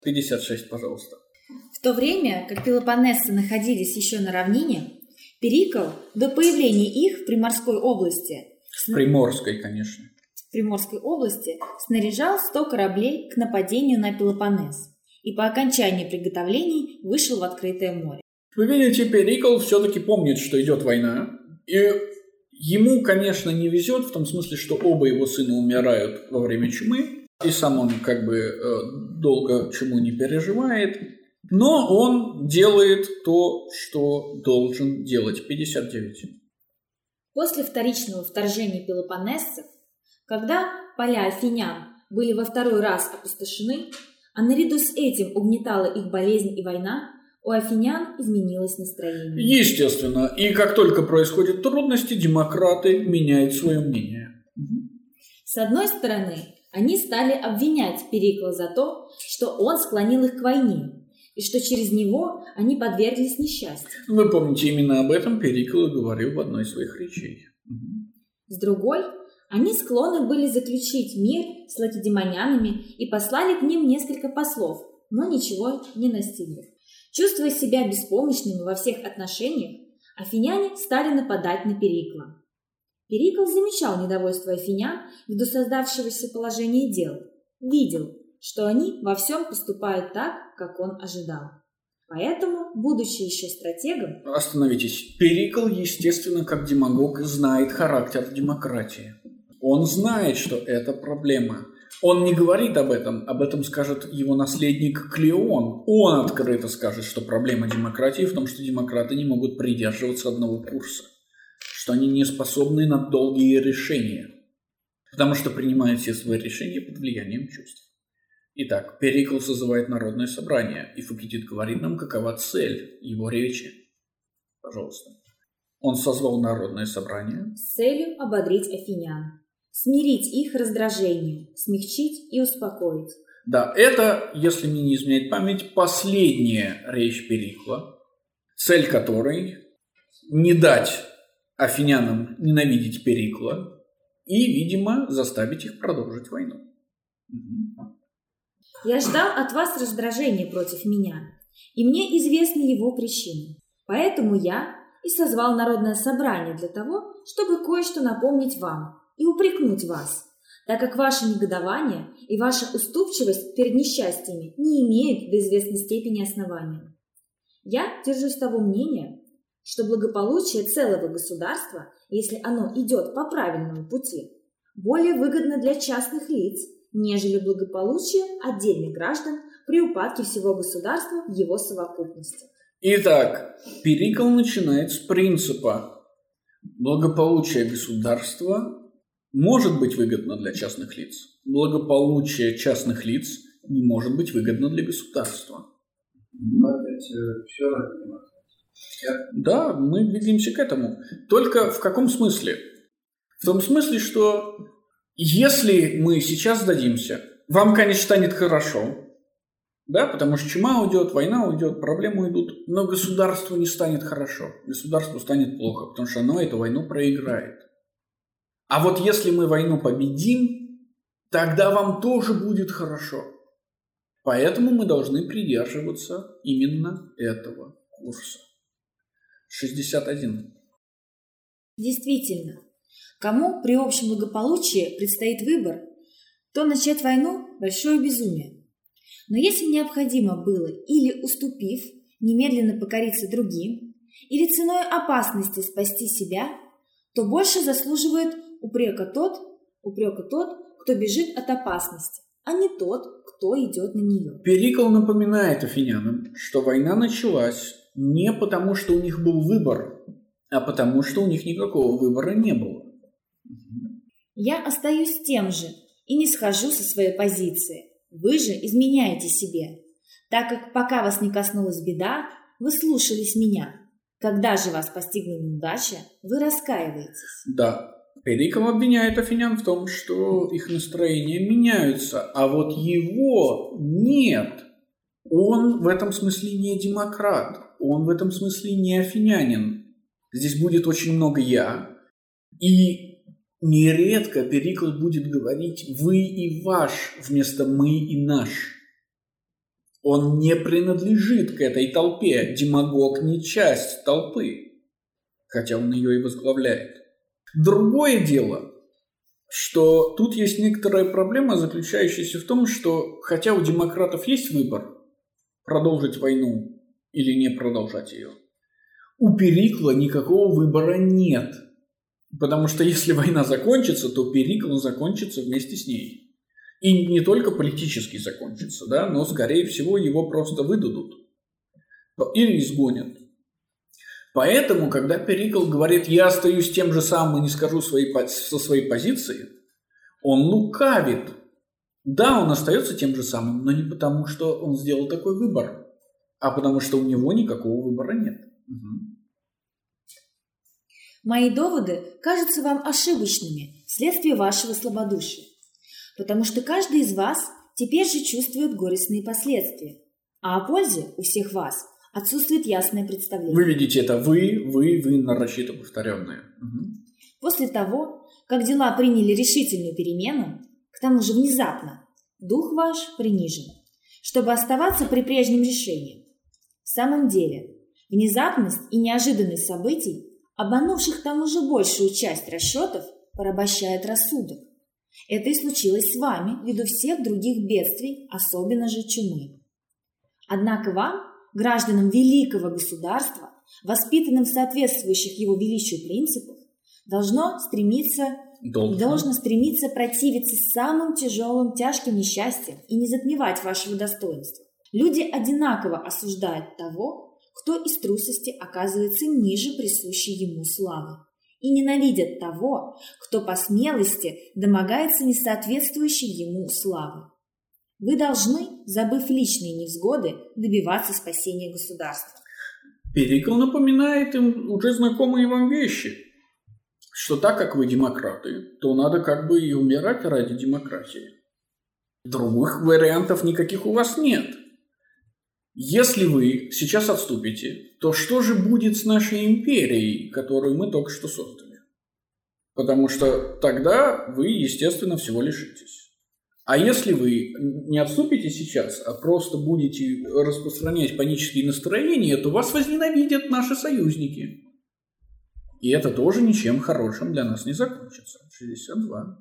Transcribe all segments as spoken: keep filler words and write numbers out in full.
пятьдесят шесть, пожалуйста. В то время, как пелопоннесцы находились еще на равнине, Перикл до появления их в Приморской области, в Приморской, конечно, в Приморской области снаряжал сто кораблей к нападению на Пелопоннес и по окончании приготовлений вышел в открытое море. Вы видите, Перикл все-таки помнит, что идет война, и ему, конечно, не везет в том смысле, что оба его сына умирают во время чумы, и сам он как бы долго чуму не переживает, но он делает то, что должен делать. пятьдесят девять. После вторичного вторжения пелопоннесцев, когда поля афинян были во второй раз опустошены, а наряду с этим угнетала их болезнь и война, у афинян изменилось настроение. Естественно. И как только происходят трудности, демократы меняют свое мнение. С одной стороны, они стали обвинять Перикла за то, что он склонил их к войне, и что через него они подверглись несчастью. Вы помните, именно об этом Перикл и говорил в одной из своих речей. С другой, они склонны были заключить мир с лакедемонянами и послали к ним несколько послов, но ничего не достигли. Чувствуя себя беспомощными во всех отношениях, афиняне стали нападать на Перикла. Перикл замечал недовольство афинян ввиду создавшегося положения дел, видел, что они во всем поступают так, как он ожидал. Поэтому, будучи еще стратегом... Остановитесь. Перикл, естественно, как демагог, знает характер демократии. Он знает, что это проблема. Он не говорит об этом, об этом скажет его наследник Клеон. Он открыто скажет, что проблема демократии в том, что демократы не могут придерживаться одного курса, что они не способны на долгие решения, потому что принимают все свои решения под влиянием чувств. Итак, Перикл созывает народное собрание, и Фукидид говорит нам, какова цель его речи. Пожалуйста. Он созвал народное собрание с целью ободрить афинян, смирить их раздражение, смягчить и успокоить. Да, это, если мне не изменяет память, последняя речь Перикла, цель которой не дать афинянам ненавидеть Перикла и, видимо, заставить их продолжить войну. Я ждал от вас раздражения против меня, и мне известны его причины. Поэтому я и созвал народное собрание для того, чтобы кое-что напомнить вам и упрекнуть вас, так как ваше негодование и ваша уступчивость перед несчастьями не имеют до известной степени основания. Я держусь того мнения, что благополучие целого государства, если оно идет по правильному пути, более выгодно для частных лиц, нежели благополучие отдельных граждан при упадке всего государства в его совокупности. Итак, Перикл начинает с принципа: благополучие государства может быть выгодно для частных лиц. Благополучие частных лиц не может быть выгодно для государства. Опять все равно. Да, мы двигаемся к этому. Только в каком смысле? В том смысле, что если мы сейчас сдадимся, вам, конечно, станет хорошо, да, потому что чума уйдет, война уйдет, проблемы уйдут, но государству не станет хорошо, государству станет плохо, потому что оно эту войну проиграет. А вот если мы войну победим, тогда вам тоже будет хорошо. Поэтому мы должны придерживаться именно этого курса. шестьдесят один. Действительно, кому при общем благополучии предстоит выбор, то начать войну – большое безумие. Но если необходимо было или уступив, немедленно покориться другим, или ценой опасности спасти себя, то больше заслуживает упрека тот, упрека тот, кто бежит от опасности, а не тот, кто идет на нее. Перикл напоминает афинянам, что война началась не потому, что у них был выбор, а потому, что у них никакого выбора не было. Я остаюсь тем же и не схожу со своей позиции. Вы же изменяете себе, так как пока вас не коснулась беда, вы слушались меня. Когда же вас постигла неудача, вы раскаиваетесь. Да, Перикл обвиняет афинян в том, что их настроения меняются, а вот его нет. Он в этом смысле не демократ, он в этом смысле не афинянин. Здесь будет очень много «я», и нередко Перикл будет говорить «вы» и «ваш» вместо «мы» и «наш». Он не принадлежит к этой толпе. Демагог не часть толпы, хотя он ее и возглавляет. Другое дело, что тут есть некоторая проблема, заключающаяся в том, что хотя у демократов есть выбор продолжить войну или не продолжать ее, у Перикла никакого выбора нет. Потому что если война закончится, то Перикл закончится вместе с ней. И не только политически закончится, да, но, скорее всего, его просто выдадут или изгонят. Поэтому, когда Перикл говорит, я остаюсь тем же самым и не скажу своей, со своей позиции, он лукавит. Да, он остается тем же самым, но не потому, что он сделал такой выбор, а потому что у него никакого выбора нет. Угу. Мои доводы кажутся вам ошибочными вследствие вашего слабодушия, потому что каждый из вас теперь же чувствует горестные последствия, а о пользе у всех вас отсутствует ясное представление. Вы видите это вы, вы, вы нарочито повторенное. Угу. После того, как дела приняли решительную перемену, к тому же внезапно, дух ваш принижен, чтобы оставаться при прежнем решении. В самом деле, внезапность и неожиданность событий, обманувших к тому же большую часть расчетов, порабощает рассудок. Это и случилось с вами ввиду всех других бедствий, особенно же чумы. Однако вам, гражданам великого государства, воспитанным в соответствующих его величию принципах, должно стремиться, должно стремиться противиться самым тяжелым, тяжким несчастьям и не затмевать вашего достоинства. Люди одинаково осуждают того, кто из трусости оказывается ниже присущей ему славы, и ненавидят того, кто по смелости домогается несоответствующей ему славы. Вы должны, забыв личные невзгоды, добиваться спасения государства. Перикл напоминает им уже знакомые вам вещи, что так как вы демократы, то надо как бы и умирать ради демократии. Других вариантов никаких у вас нет. Если вы сейчас отступите, то что же будет с нашей империей, которую мы только что создали? Потому что тогда вы, естественно, всего лишитесь. А если вы не отступите сейчас, а просто будете распространять панические настроения, то вас возненавидят наши союзники. И это тоже ничем хорошим для нас не закончится. шестьдесят два.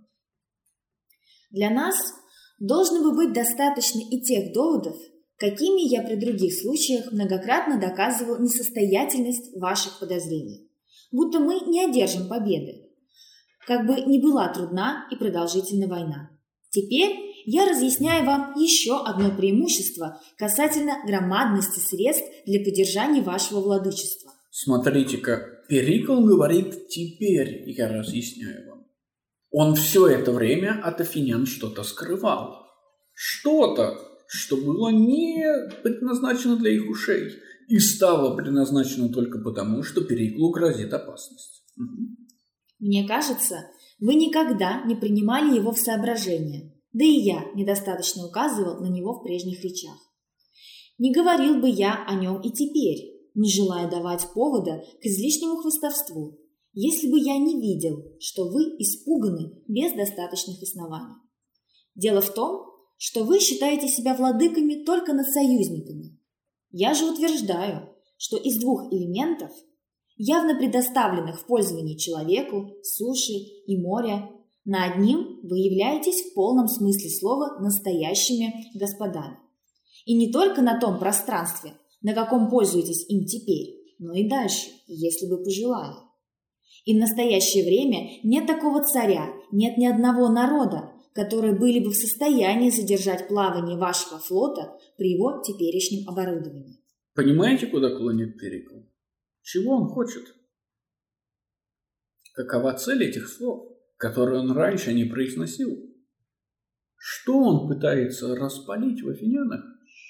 Для нас должно бы быть достаточно и тех доводов, какими я при других случаях многократно доказывал несостоятельность ваших подозрений, будто мы не одержим победы, как бы ни была трудна и продолжительна война. Теперь я разъясняю вам еще одно преимущество касательно громадности средств для поддержания вашего владычества. Смотрите-ка, Перикл говорит «теперь я разъясняю вам». Он все это время от афинян что-то скрывал. Что-то, что было не предназначено для их ушей и стало предназначено только потому, что Периклу грозит опасность. Мне кажется, вы никогда не принимали его в соображение, да и я недостаточно указывал на него в прежних речах. Не говорил бы я о нем и теперь, не желая давать повода к излишнему хвастовству, если бы я не видел, что вы испуганы без достаточных оснований. Дело в том, что вы считаете себя владыками только над союзниками. Я же утверждаю, что из двух элементов, явно предоставленных в пользование человеку, суши и моря, на одним вы являетесь в полном смысле слова настоящими господами. И не только на том пространстве, на каком пользуетесь им теперь, но и дальше, если бы пожелали. И в настоящее время нет такого царя, нет ни одного народа, которые были бы в состоянии задержать плавание вашего флота при его теперешнем оборудовании. Понимаете, куда клонит Перикл? Чего он хочет? Какова цель этих слов, которые он раньше не произносил? Что он пытается распалить в афинянах?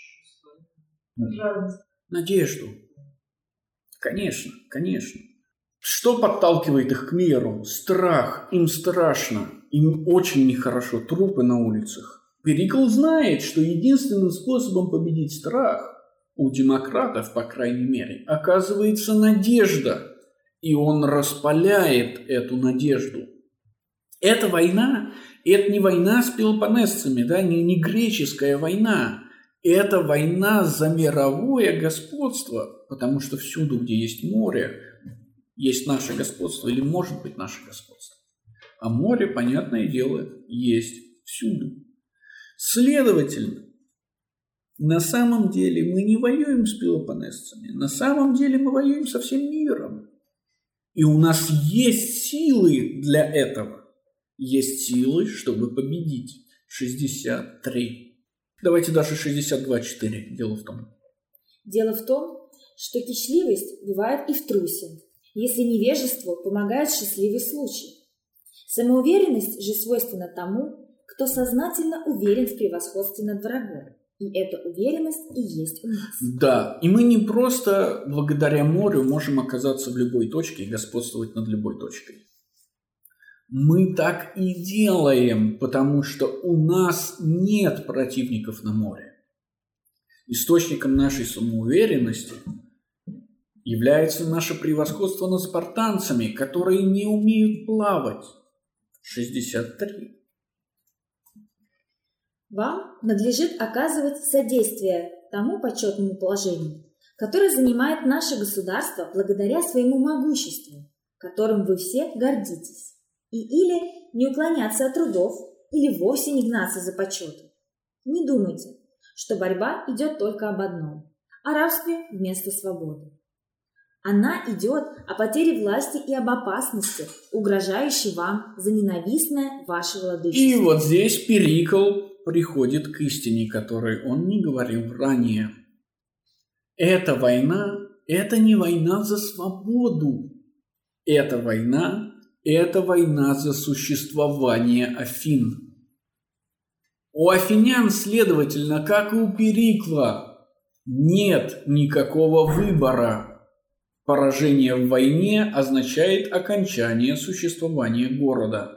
Надежду. Конечно, конечно. Что подталкивает их к миру? Страх. Им страшно. Им очень нехорошо. Трупы на улицах. Перикл знает, что единственным способом победить страх у демократов, по крайней мере, оказывается надежда. И он распаляет эту надежду. Эта война, это не война с пелопоннесцами, да, не, не греческая война. Это война за мировое господство, потому что всюду, где есть море, есть наше господство или может быть наше господство. А море, понятное дело, есть всюду. Следовательно, на самом деле мы не воюем с пелопоннесцами, на самом деле мы воюем со всем миром. И у нас есть силы для этого. Есть силы, чтобы победить. шестьдесят три. Давайте даже шестьдесят два четыре. Дело в том. Дело в том, что кичливость бывает и в трусе, если невежество помогает счастливый случай. Самоуверенность же свойственна тому, кто сознательно уверен в превосходстве над врагом. И эта уверенность и есть у нас. Да, и мы не просто благодаря морю можем оказаться в любой точке и господствовать над любой точкой. Мы так и делаем, потому что у нас нет противников на море. Источником нашей самоуверенности является наше превосходство над спартанцами, которые не умеют плавать. шестьдесят три. Вам надлежит оказывать содействие тому почетному положению, которое занимает наше государство благодаря своему могуществу, которым вы все гордитесь, и или не уклоняться от трудов, или вовсе не гнаться за почетом. Не думайте, что борьба идет только об одном – о рабстве вместо свободы. Она идет о потере власти и об опасности, угрожающей вам за ненавистное ваше владычество. И вот здесь Перикл приходит к истине, которой он не говорил ранее. Эта война – это не война за свободу. Эта война – это война за существование Афин. У афинян, следовательно, как и у Перикла, нет никакого выбора. Поражение в войне означает окончание существования города.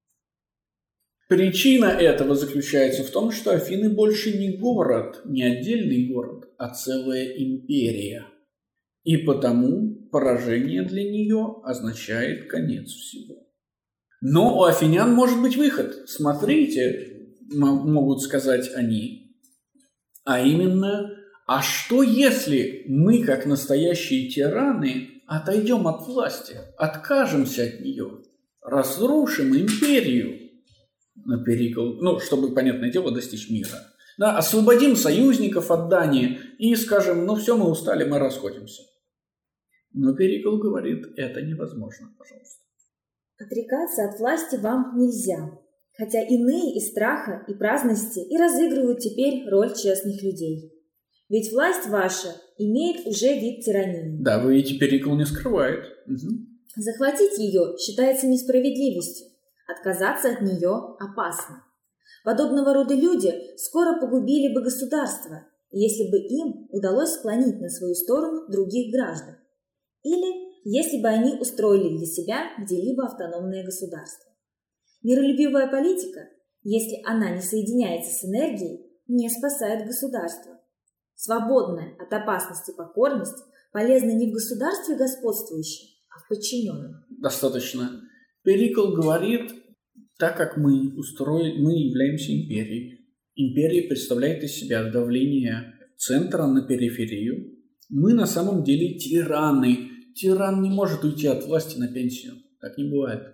Причина этого заключается в том, что Афины больше не город, не отдельный город, а целая империя. И потому поражение для нее означает конец всего. Но у афинян может быть выход. Смотрите, могут сказать они. А именно, а что если мы, как настоящие тираны, отойдем от власти, откажемся от нее, разрушим империю? На Перикл, ну, чтобы, понятное дело, достичь мира. Да, освободим союзников от Дании и скажем, ну все, мы устали, мы расходимся. Но Перикл говорит, это невозможно, пожалуйста. Отрекаться от власти вам нельзя, хотя иные из страха и праздности и разыгрывают теперь роль честных людей. Ведь власть ваша имеет уже вид тирании. Да, вы эти Перикл не скрывает. Угу. Захватить ее считается несправедливостью. Отказаться от нее опасно. Подобного рода люди скоро погубили бы государство, если бы им удалось склонить на свою сторону других граждан. Или если бы они устроили для себя где-либо автономное государство. Миролюбивая политика, если она не соединяется с энергией, не спасает государство. Свободная от опасности покорность полезна не в государстве господствующем, а в подчиненном. Достаточно. Перикл говорит, так как мы устроили, мы являемся империей. Империя представляет из себя давление центра на периферию. Мы на самом деле тираны. Тиран не может уйти от власти на пенсию. Так не бывает.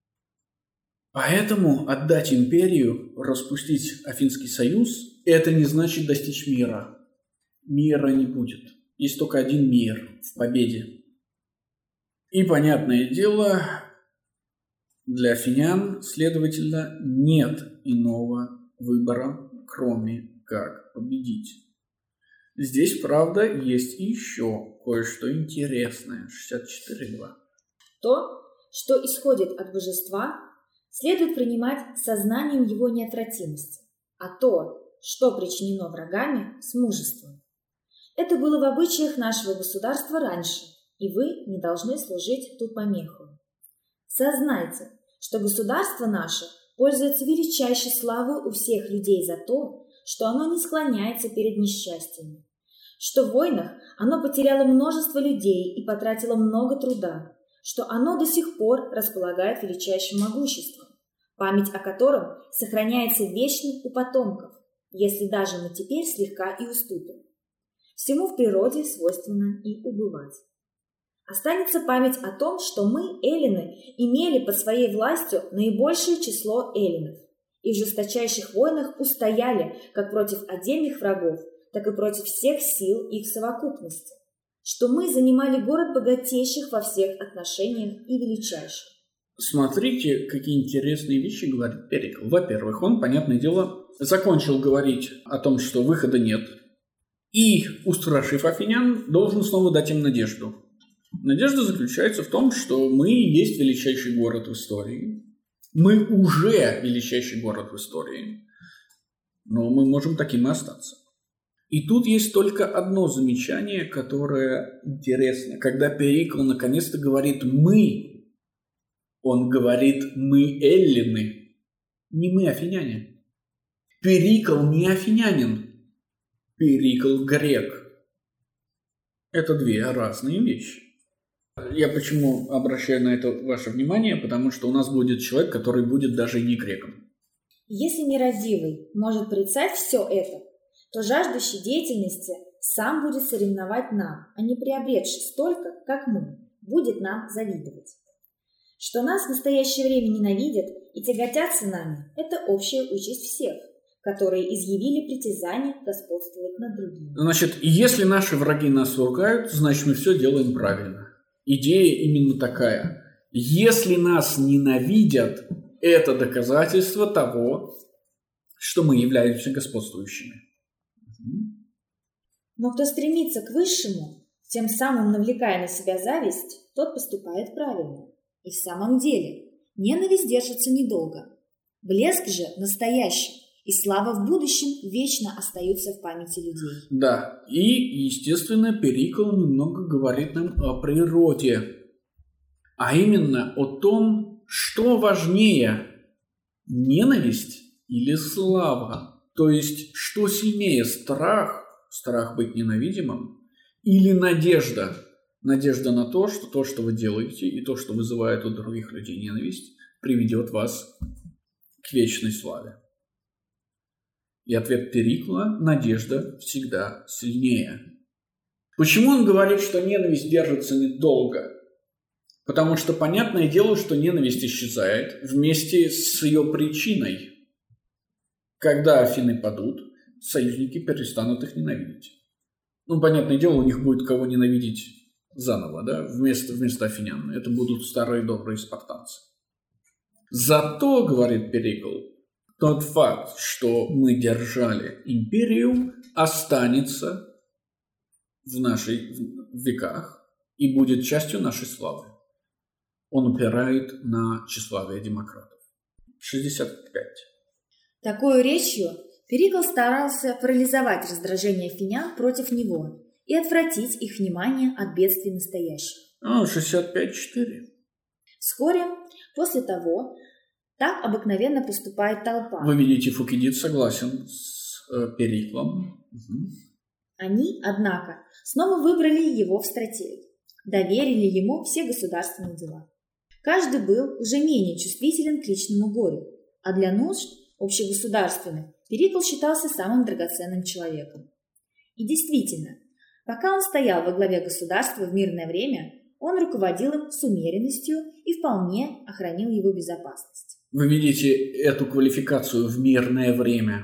Поэтому отдать империю, распустить Афинский союз, это не значит достичь мира. Мира не будет. Есть только один мир в победе. И, понятное дело, для афинян, следовательно, нет иного выбора, кроме как победить. Здесь, правда, есть еще кое-что интересное. шестьдесят четыре два. То, что исходит от божества, следует принимать сознанием его неотвратимости, а то, что причинено врагами, с мужеством. Это было в обычаях нашего государства раньше, и вы не должны служить тут помеху. Сознайте, что государство наше пользуется величайшей славой у всех людей за то, что оно не склоняется перед несчастьями, что в войнах оно потеряло множество людей и потратило много труда, что оно до сих пор располагает величайшим могуществом, память о котором сохраняется вечно у потомков, если даже мы теперь слегка и уступим. Всему в природе свойственно и убывать. Останется память о том, что мы, эллины, имели под своей властью наибольшее число эллинов, и в жесточайших войнах устояли как против отдельных врагов, так и против всех сил их совокупности, что мы занимали город богатейших во всех отношениях и величайших. Смотрите, какие интересные вещи говорит Перикл. Во-первых, он, понятное дело, закончил говорить о том, что выхода нет, и, устрашив афинян, должен снова дать им надежду. Надежда заключается в том, что мы есть величайший город в истории. Мы уже величайший город в истории, но мы можем таким и остаться. И тут есть только одно замечание, которое интересно. Когда Перикл наконец-то говорит «мы», он говорит «мы эллины», не «мы афиняне». Перикл не афинянин, Перикл грек. Это две разные вещи. Я почему обращаю на это ваше внимание? Потому что у нас будет человек, который будет даже не греком. Если нерадивый может порицать все это, то жаждущий деятельности сам будет соревновать нам, а не приобретший столько, как мы, будет нам завидовать. Что нас в настоящее время ненавидят и тяготятся нами, это общая участь всех, которые изъявили притязание господствовать над другими. Значит, если наши враги нас ругают, значит, мы все делаем правильно. Идея именно такая. Если нас ненавидят, это доказательство того, что мы являемся господствующими. Но кто стремится к высшему, тем самым навлекая на себя зависть, тот поступает правильно. И в самом деле, ненависть держится недолго. Блеск же настоящий и слава в будущем вечно остаются в памяти людей. Да, и, естественно, Перикл немного говорит нам о природе, а именно о том, что важнее – ненависть или слава. То есть, что сильнее – страх, страх быть ненавидимым, или надежда, надежда на то, что то, что вы делаете, и то, что вызывает у других людей ненависть, приведет вас к вечной славе. И ответ Перикла – надежда всегда сильнее. Почему он говорит, что ненависть держится недолго? Потому что понятное дело, что ненависть исчезает вместе с ее причиной. Когда Афины падут, союзники перестанут их ненавидеть. Ну, понятное дело, у них будет кого ненавидеть заново, да, вместо, вместо афинян. Это будут старые добрые спартанцы. Зато, говорит Перикл, тот факт, что мы держали империю, останется в наших веках и будет частью нашей славы. Он упирает на тщеславие демократов. шестьдесят пять. Такой речью Перикл старался парализовать раздражение афинян против него и отвратить их внимание от бедствий настоящего. А, шестьдесят пять четыре. Вскоре после того, так обыкновенно поступает толпа. Вы видите, Фукидид согласен с э, Периклом. Угу. Они, однако, снова выбрали его в стратег, доверили ему все государственные дела. Каждый был уже менее чувствителен к личному горю, а для нужд общегосударственных Перикл считался самым драгоценным человеком. И действительно, пока он стоял во главе государства в мирное время, он руководил им с умеренностью и вполне охранил его безопасность. Вы видите эту квалификацию в мирное время.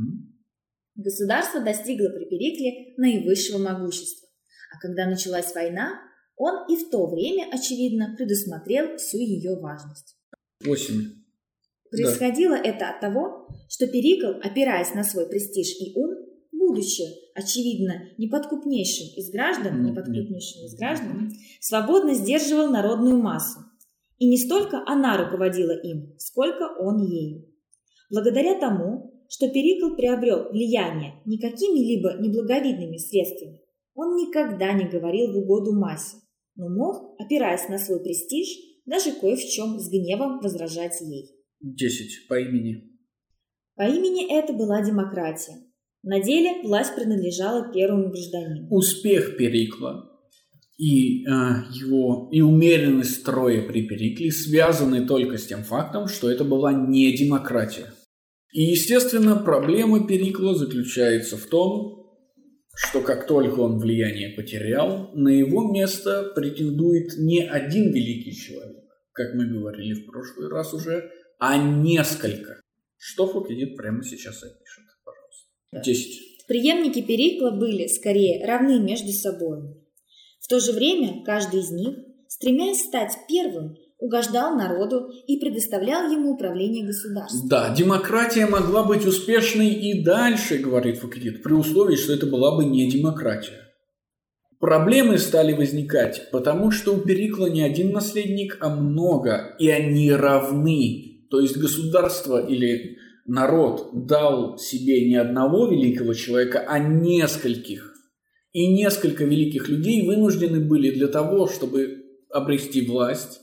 Угу. Государство достигло при Перикле наивысшего могущества, а когда началась война, он и в то время, очевидно, предусмотрел всю ее важность. Восемь. Происходило да. это от того, что Перикл, опираясь на свой престиж и ум, будучи, очевидно, неподкупнейшим из граждан, mm-hmm. неподкупнейшим из граждан, свободно сдерживал народную массу. И не столько она руководила им, сколько он ею. Благодаря тому, что Перикл приобрел влияние не какими-либо неблаговидными средствами, он никогда не говорил в угоду массе, но мог, опираясь на свой престиж, даже кое в чем с гневом возражать ей. Десять. По имени. По имени это была демократия. На деле власть принадлежала первому гражданину. Успех Перикла и, э, его, и умеренность строя при Перикле связаны только с тем фактом, что это была не демократия. И, естественно, проблема Перикла заключается в том, что как только он влияние потерял, на его место претендует не один великий человек, как мы говорили в прошлый раз уже, а несколько. Что Фукидид прямо сейчас опишет, пожалуйста. Десять. Преемники Перикла были, скорее, равны между собой. В то же время каждый из них, стремясь стать первым, угождал народу и предоставлял ему управление государством. Да, демократия могла быть успешной и дальше, говорит Фукидид, при условии, что это была бы не демократия. Проблемы стали возникать, потому что у Перикла не один наследник, а много, и они равны. То есть государство или народ дал себе не одного великого человека, а нескольких. И несколько великих людей вынуждены были для того, чтобы обрести власть,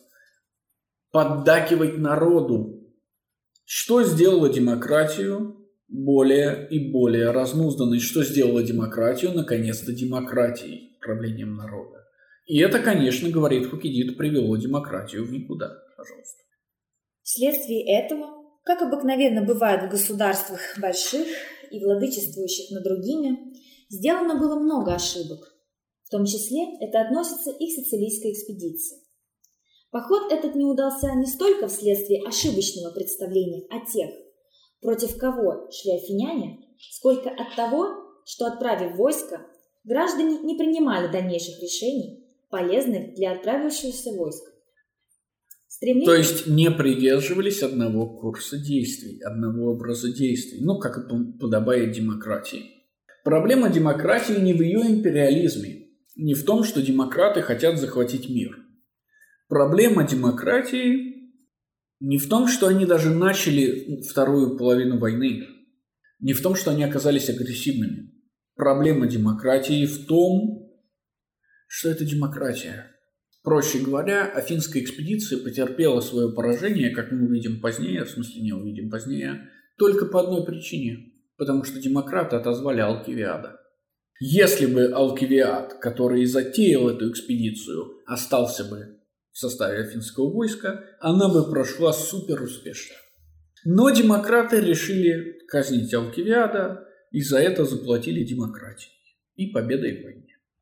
поддакивать народу. Что сделало демократию более и более разнузданной? Что сделало демократию, наконец-то, демократией, правлением народа? И это, конечно, говорит Фукидид, привело демократию в никуда. Пожалуйста. Вследствие этого, как обыкновенно бывает в государствах больших и владычествующих над другими, сделано было много ошибок. В том числе это относится и к сицилийской экспедиции. Поход этот не удался не столько вследствие ошибочного представления о тех, против кого шли афиняне, сколько от того, что, отправив войско, граждане не принимали дальнейших решений, подобных для отправившегося войска. Стремление... То есть не придерживались одного курса действий, одного образа действий, ну, как и подобает демократии. Проблема демократии не в ее империализме, не в том, что демократы хотят захватить мир. Проблема демократии не в том, что они даже начали вторую половину войны, не в том, что они оказались агрессивными. Проблема демократии в том, что это демократия. Проще говоря, Афинская экспедиция потерпела свое поражение, как мы увидим позднее, в смысле не увидим позднее, только по одной причине. Потому что демократы отозвали Алкивиада. Если бы Алкивиад, который затеял эту экспедицию, остался бы в составе афинского войска, она бы прошла супер успешно. Но демократы решили казнить Алкивиада, и за это заплатили демократией и победой в войне.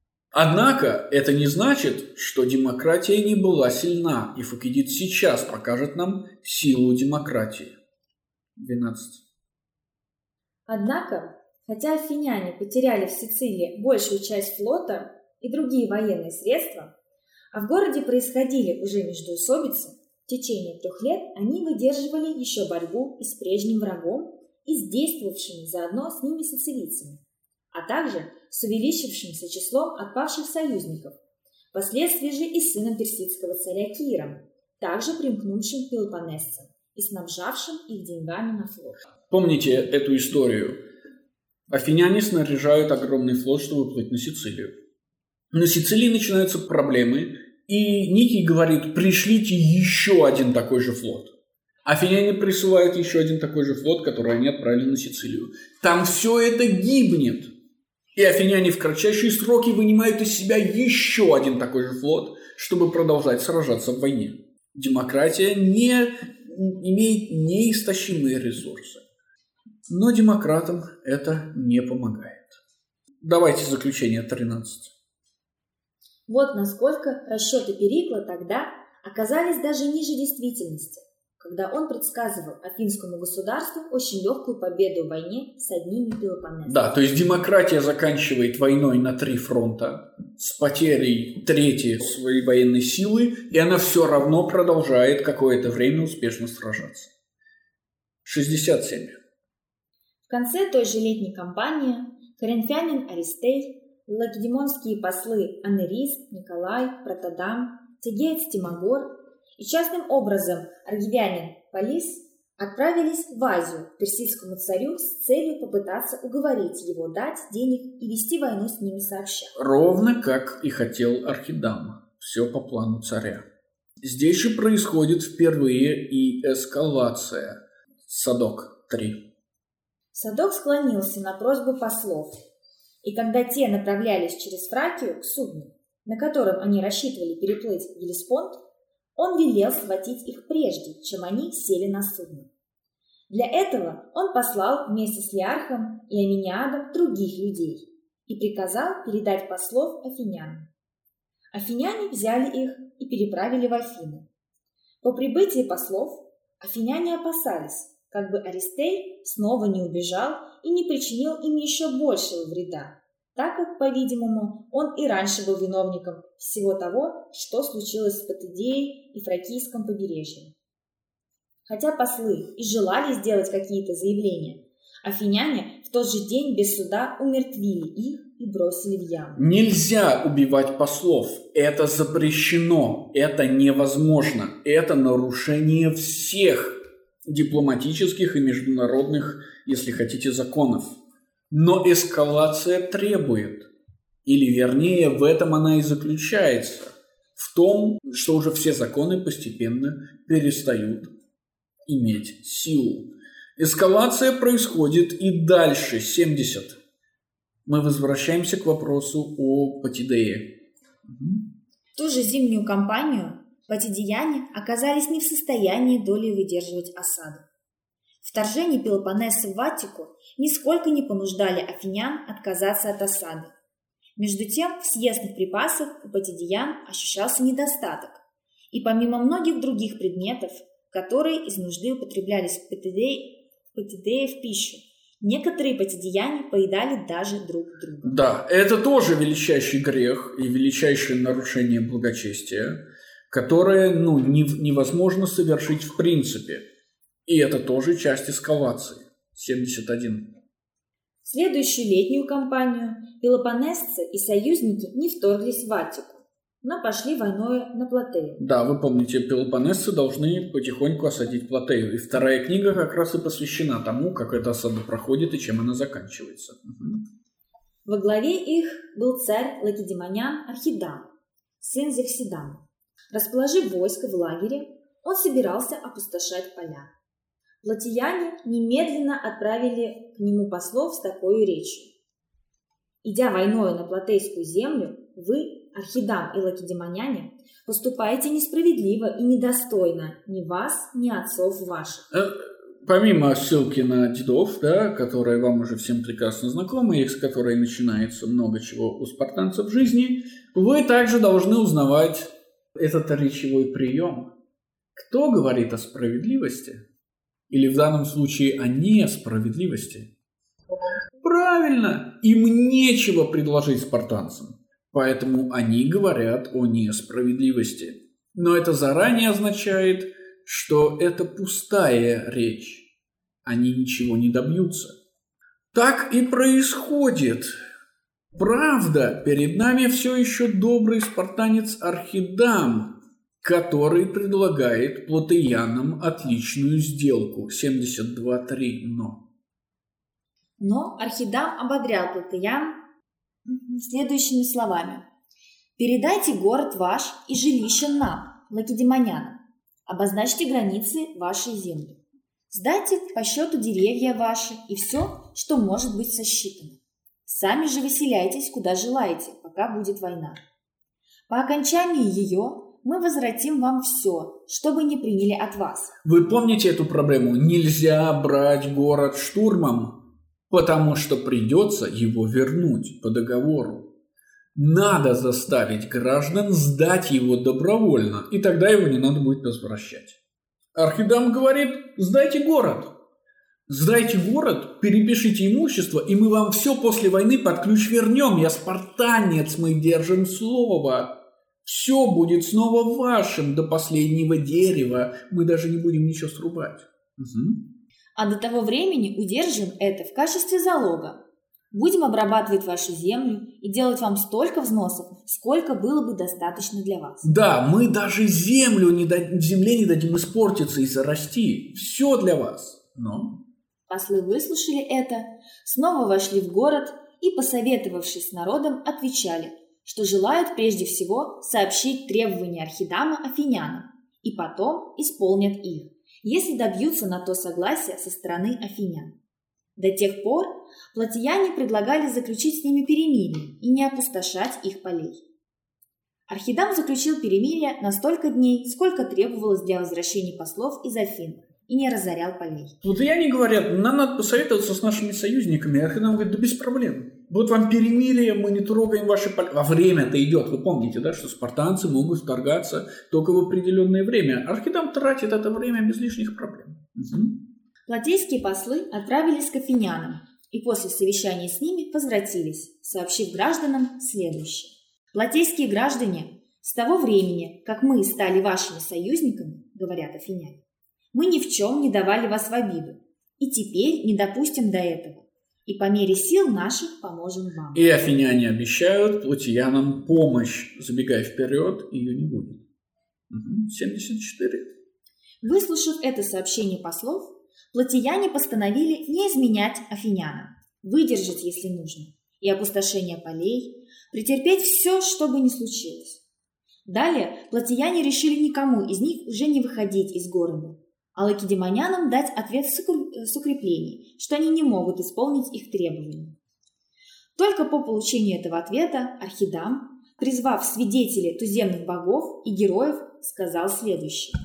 Однако это не значит, что демократия не была сильна, и Фукидид сейчас покажет нам силу демократии. двенадцать. Однако, хотя афиняне потеряли в Сицилии большую часть флота и другие военные средства, а в городе происходили уже междоусобицы, в течение трех лет они выдерживали еще борьбу и с прежним врагом, и с действовавшими заодно с ними сицилийцами, а также с увеличившимся числом отпавших союзников, впоследствии же и сыном персидского царя Киром, также примкнувшим к пелопоннесцам и снабжавшим их деньгами на флот. Помните эту историю? Афиняне снаряжают огромный флот, чтобы плыть на Сицилию. На Сицилии начинаются проблемы, и Никий говорит: пришлите еще один такой же флот. Афиняне присылают еще один такой же флот, который они отправили на Сицилию. Там все это гибнет. И афиняне в кратчайшие сроки вынимают из себя еще один такой же флот, чтобы продолжать сражаться в войне. Демократия не имеет неистощимые ресурсы. Но демократам это не помогает. Давайте заключение тринадцать. Вот насколько расчеты Перикла тогда оказались даже ниже действительности, когда он предсказывал афинскому государству очень легкую победу в войне с одними пелопоннесцами. Да, то есть демократия заканчивает войной на три фронта с потерей трети своей военной силы, и она все равно продолжает какое-то время успешно сражаться. шестьдесят семь. В конце той же летней кампании коринфянин Аристей, лакедемонские послы Анерис, Николай, Протодам, Тегеец Тимагор и частным образом аргивянин Полис отправились в Азию к персидскому царю с целью попытаться уговорить его дать денег и вести войну с ними сообща. Ровно как и хотел Архидам. Все по плану царя. Здесь же происходит впервые и эскалация. Садок три. Садок склонился на просьбу послов, и когда те направлялись через Фракию к судну, на котором они рассчитывали переплыть Геллеспонд, он велел схватить их прежде, чем они сели на судно. Для этого он послал вместе с Лиархом и Аминиадом других людей и приказал передать послов афинянам. Афиняне взяли их и переправили в Афины. По прибытии послов афиняне опасались, как бы Аристей снова не убежал и не причинил им еще большего вреда, так как, по-видимому, он и раньше был виновником всего того, что случилось с Патидеей и Фракийском побережьем. Хотя послы и желали сделать какие-то заявления, афиняне в тот же день без суда умертвили их и бросили в яму. Нельзя убивать послов. Это запрещено. Это невозможно. Это нарушение всех дипломатических и международных, если хотите, законов. Но эскалация требует, или вернее, в этом она и заключается, в том, что уже все законы постепенно перестают иметь силу. Эскалация происходит и дальше, семьдесят. Мы возвращаемся к вопросу о Патидее. В ту же зимнюю кампанию патидияне оказались не в состоянии долей выдерживать осаду. Вторжение Пелопоннеса в Аттику нисколько не понуждали афинян отказаться от осады. Между тем, в съестных припасах у патидиян ощущался недостаток, и помимо многих других предметов, которые из нужды употреблялись в Патидее, в Патидее в пищу, некоторые патидияне поедали даже друг друга. Да, это тоже величайший грех и величайшее нарушение благочестия, которое ну, невозможно совершить в принципе. И это тоже часть эскалации. семьдесят один. В следующую летнюю кампанию пелопоннесцы и союзники не вторглись в Аттику, но пошли войной на Платею. Да, вы помните, пелопоннесцы должны потихоньку осадить Платею. И вторая книга как раз и посвящена тому, как эта осада проходит и чем она заканчивается. Угу. Во главе их был царь Лакедемонян Архидам, сын Зевсидама. Расположив войско в лагере, он собирался опустошать поля. Платияне немедленно отправили к нему послов с такой речью: «Идя войною на Платейскую землю, вы, Архидам и Лакедемоняне, поступаете несправедливо и недостойно ни вас, ни отцов ваших». Помимо ссылки на дедов, да, которые вам уже всем прекрасно знакомы, и с которой начинается много чего у спартанцев в жизни, вы также должны узнавать этот речевой прием. Кто говорит о справедливости? Или в данном случае о несправедливости? Правильно, им нечего предложить спартанцам, поэтому они говорят о несправедливости. Но это заранее означает, что это пустая речь. Они ничего не добьются. Так и происходит. Правда, перед нами все еще добрый спартанец Архидам, который предлагает платеянам отличную сделку. семьдесят два три, но... Но Архидам ободрял платеян следующими словами: «Передайте город ваш и жилище нам, лакедемонянам. Обозначьте границы вашей земли. Сдайте по счету деревья ваши и все, что может быть сосчитано. Сами же выселяйтесь, куда желаете, пока будет война. По окончании ее мы возвратим вам все, что бы ни приняли от вас». Вы помните эту проблему? Нельзя брать город штурмом, потому что придется его вернуть по договору. Надо заставить граждан сдать его добровольно, и тогда его не надо будет возвращать. Архидам говорит: сдайте город. Сдайте город, перепишите имущество, и мы вам все после войны под ключ вернем. Я спартанец, мы держим слово. Все будет снова вашим до последнего дерева. Мы даже не будем ничего срубать. Угу. А до того времени удержим это в качестве залога. Будем обрабатывать вашу землю и делать вам столько взносов, сколько было бы достаточно для вас. Да, мы даже землю не дадим, земле не дадим испортиться и зарасти. Все для вас. Но... Послы выслушали это, снова вошли в город и, посоветовавшись с народом, отвечали, что желают прежде всего сообщить требования Архидама афинянам и потом исполнят их, если добьются на то согласия со стороны афинян. До тех пор платияне предлагали заключить с ними перемирие и не опустошать их полей. Архидам заключил перемирие на столько дней, сколько требовалось для возвращения послов из Афин, и не разорял полей. Вот и они говорят, нам надо посоветоваться с нашими союзниками. Архидам говорит, да без проблем. Вот вам перемирие, мы не трогаем ваши поля. А время-то идет, вы помните, да, что спартанцы могут вторгаться только в определенное время. Архидам тратит это время без лишних проблем. Угу. Платейские послы отправились к афинянам и после совещания с ними возвратились, сообщив гражданам следующее. Платейские граждане, с того времени, как мы стали вашими союзниками, говорят афиняне, мы ни в чем не давали вас в обиду, и теперь не допустим до этого, и по мере сил наших поможем вам. И афиняне обещают платиянам помощь. Забегая вперед, ее не будет. Угу. семьдесят четыре. Выслушав это сообщение послов, платияне постановили не изменять афинянам, выдержать, если нужно, и опустошение полей, претерпеть все, что бы ни случилось. Далее платияне решили никому из них уже не выходить из города, а лакедемонянам дать ответ с укреплений, что они не могут исполнить их требования. Только по получению этого ответа Архидам, призвав свидетелей туземных богов и героев, сказал следующее.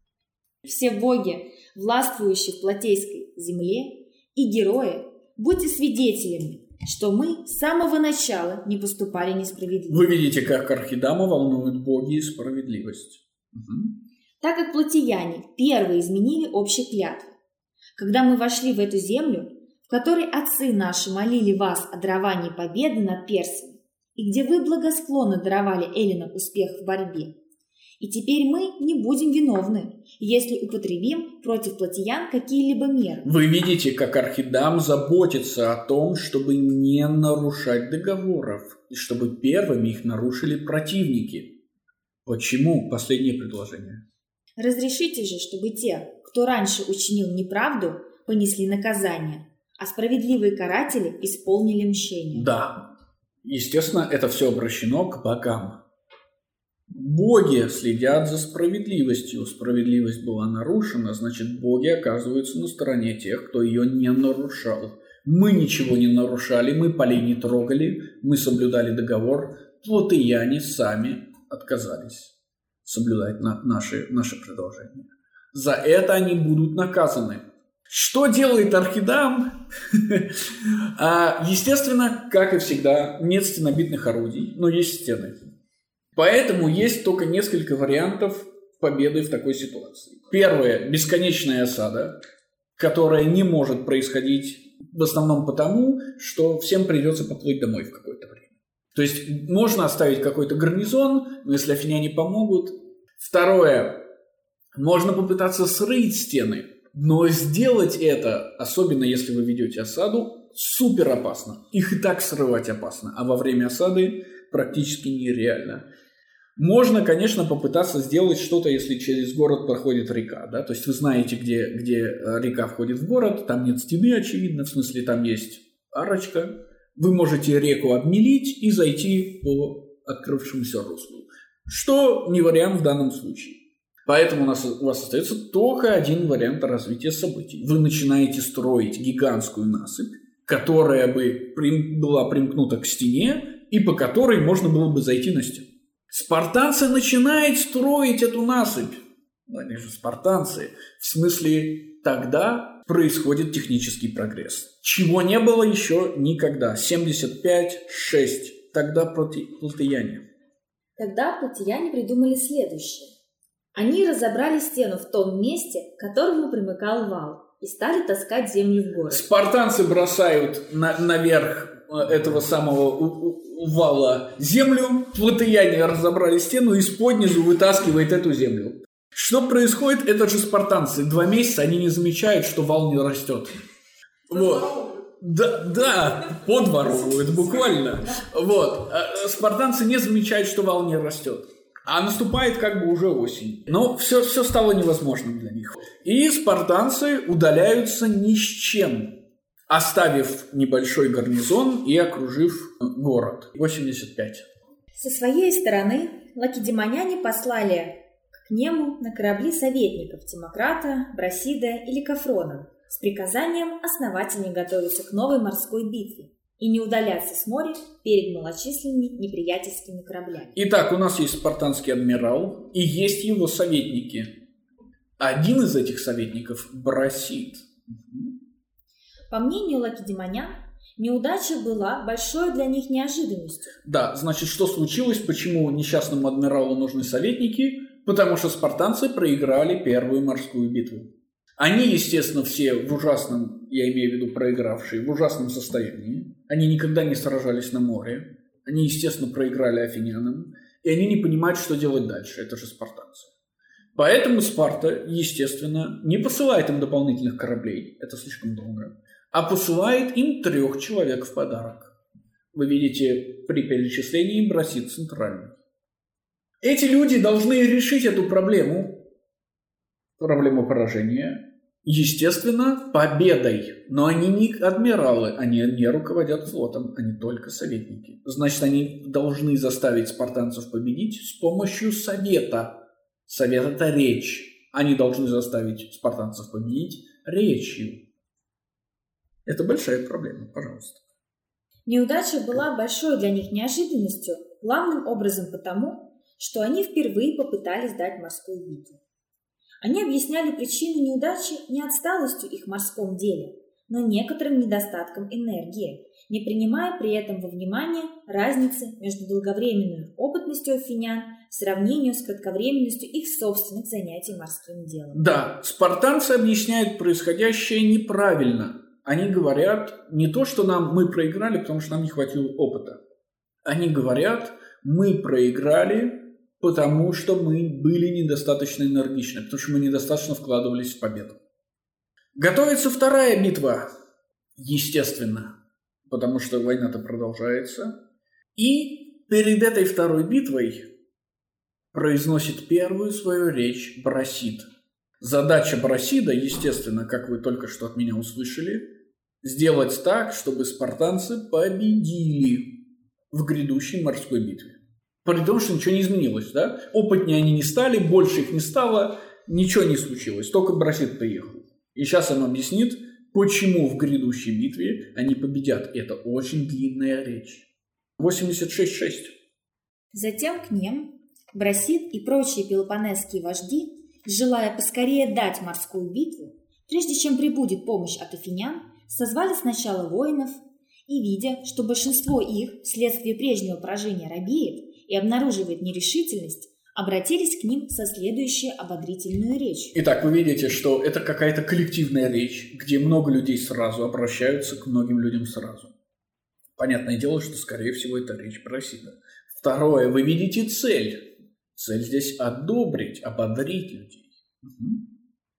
«Все боги, властвующие в Платейской земле, и герои, будьте свидетелями, что мы с самого начала не поступали несправедливо». Вы видите, как Архидама волнуют боги и справедливость. Угу. Так как платияне первые изменили общие клятвы. Когда мы вошли в эту землю, в которой отцы наши молили вас о даровании победы над персами, и где вы благосклонно даровали эллинам успех в борьбе, и теперь мы не будем виновны, если употребим против платиян какие-либо меры. Вы видите, как Архидам заботится о том, чтобы не нарушать договоров, и чтобы первыми их нарушили противники. Почему? Последнее предложение. Разрешите же, чтобы те, кто раньше учинил неправду, понесли наказание, а справедливые каратели исполнили мщение. Да, естественно, это все обращено к богам. Боги следят за справедливостью. Справедливость была нарушена, значит, боги оказываются на стороне тех, кто ее не нарушал. Мы ничего не нарушали, мы полей не трогали, мы соблюдали договор, платияне сами отказались соблюдать на наши, наши предложения. За это они будут наказаны. Что делает Архидам? Естественно, как и всегда, нет стенобитных орудий, но есть стены. Поэтому есть только несколько вариантов победы в такой ситуации. Первое – бесконечная осада, которая не может происходить в основном потому, что всем придется поплыть домой в какое-то время. То есть можно оставить какой-то гарнизон, но если афиняне помогут. Второе. Можно попытаться срыть стены, но сделать это, особенно если вы ведете осаду, супер опасно. Их и так срывать опасно, а во время осады практически нереально. Можно, конечно, попытаться сделать что-то, если через город проходит река. Да? То есть вы знаете, где, где река входит в город, там нет стены, очевидно, в смысле там есть арочка. Вы можете реку обмелить и зайти по открывшемуся руслу. Что не вариант в данном случае. Поэтому у, нас, у вас остается только один вариант развития событий. Вы начинаете строить гигантскую насыпь, которая бы прим, была примкнута к стене и по которой можно было бы зайти на стену. Спартанцы начинают строить эту насыпь. Они же спартанцы. В смысле, тогда происходит технический прогресс. Чего не было еще никогда. семьдесят пять шесть. Тогда платияне. Тогда платияне придумали следующее. Они разобрали стену в том месте, к которому примыкал вал, и стали таскать землю в город. Спартанцы бросают на, наверх этого самого вала землю, платияне разобрали стену и споднизу вытаскивает эту землю. Что происходит? Это же спартанцы. Два месяца они не замечают, что вал не растет. Вот. Да, да, подворовывают буквально. Вот. Спартанцы не замечают, что вал не растет. А наступает как бы уже осень. Но все, все стало невозможным для них. И спартанцы удаляются ни с чем, оставив небольшой гарнизон и окружив город. восемьдесят пять. Со своей стороны лакедемоняне послали к нему на корабли советников Тимократа, Брасида или Кафрона с приказанием основательнее готовиться к новой морской битве и не удаляться с моря перед малочисленными неприятельскими кораблями. Итак, у нас есть спартанский адмирал и есть его советники. Один из этих советников – Брасид. По мнению лакедемонян, неудача была большой для них неожиданностью. Да, значит, что случилось? Почему несчастному адмиралу нужны советники? Потому что спартанцы проиграли первую морскую битву. Они, естественно, все в ужасном, я имею в виду проигравшие, в ужасном состоянии. Они никогда не сражались на море. Они, естественно, проиграли афинянам. И они не понимают, что делать дальше. Это же спартанцы. Поэтому Спарта, естественно, не посылает им дополнительных кораблей. Это слишком долго. А посылает им трех человек в подарок. Вы видите при перечислении Брасид центральный. Эти люди должны решить эту проблему, проблему поражения, естественно, победой. Но они не адмиралы, они не руководят флотом, они только советники. Значит, они должны заставить спартанцев победить с помощью совета. Совет – это речь. Они должны заставить спартанцев победить речью. Это большая проблема, пожалуйста. Неудача была большой для них неожиданностью, главным образом потому, что они впервые попытались дать морскую битву. Они объясняли причину неудачи не отсталостью их в морском деле, но некоторым недостатком энергии, не принимая при этом во внимание разницы между долговременной опытностью афинян в сравнении с кратковременностью их собственных занятий морским делом. Да, спартанцы объясняют происходящее неправильно. Они говорят не то, что нам мы проиграли, потому что нам не хватило опыта. Они говорят, мы проиграли, потому что мы были недостаточно энергичны, потому что мы недостаточно вкладывались в победу. Готовится вторая битва, естественно, потому что война-то продолжается. И перед этой второй битвой произносит первую свою речь Брасид. Задача Брасида, естественно, как вы только что от меня услышали, сделать так, чтобы спартанцы победили в грядущей морской битве. При том, что ничего не изменилось, да? Опытнее они не стали, больше их не стало, ничего не случилось, только Брасид приехал. И сейчас он объяснит, почему в грядущей битве они победят. Это очень длинная речь. восемьдесят шесть шесть. Затем к ним Брасид и прочие пелопонесские вожди, желая поскорее дать морскую битву, прежде чем прибудет помощь от афинян, созвали сначала воинов и, видя, что большинство их вследствие прежнего поражения робеет и обнаруживает нерешительность, обратились к ним со следующей ободрительной речью. Итак, вы видите, что это какая-то коллективная речь, где много людей сразу обращаются к многим людям сразу. Понятное дело, что, скорее всего, это речь Брасида. Второе, вы видите цель. Цель здесь одобрить, ободрить людей. Угу.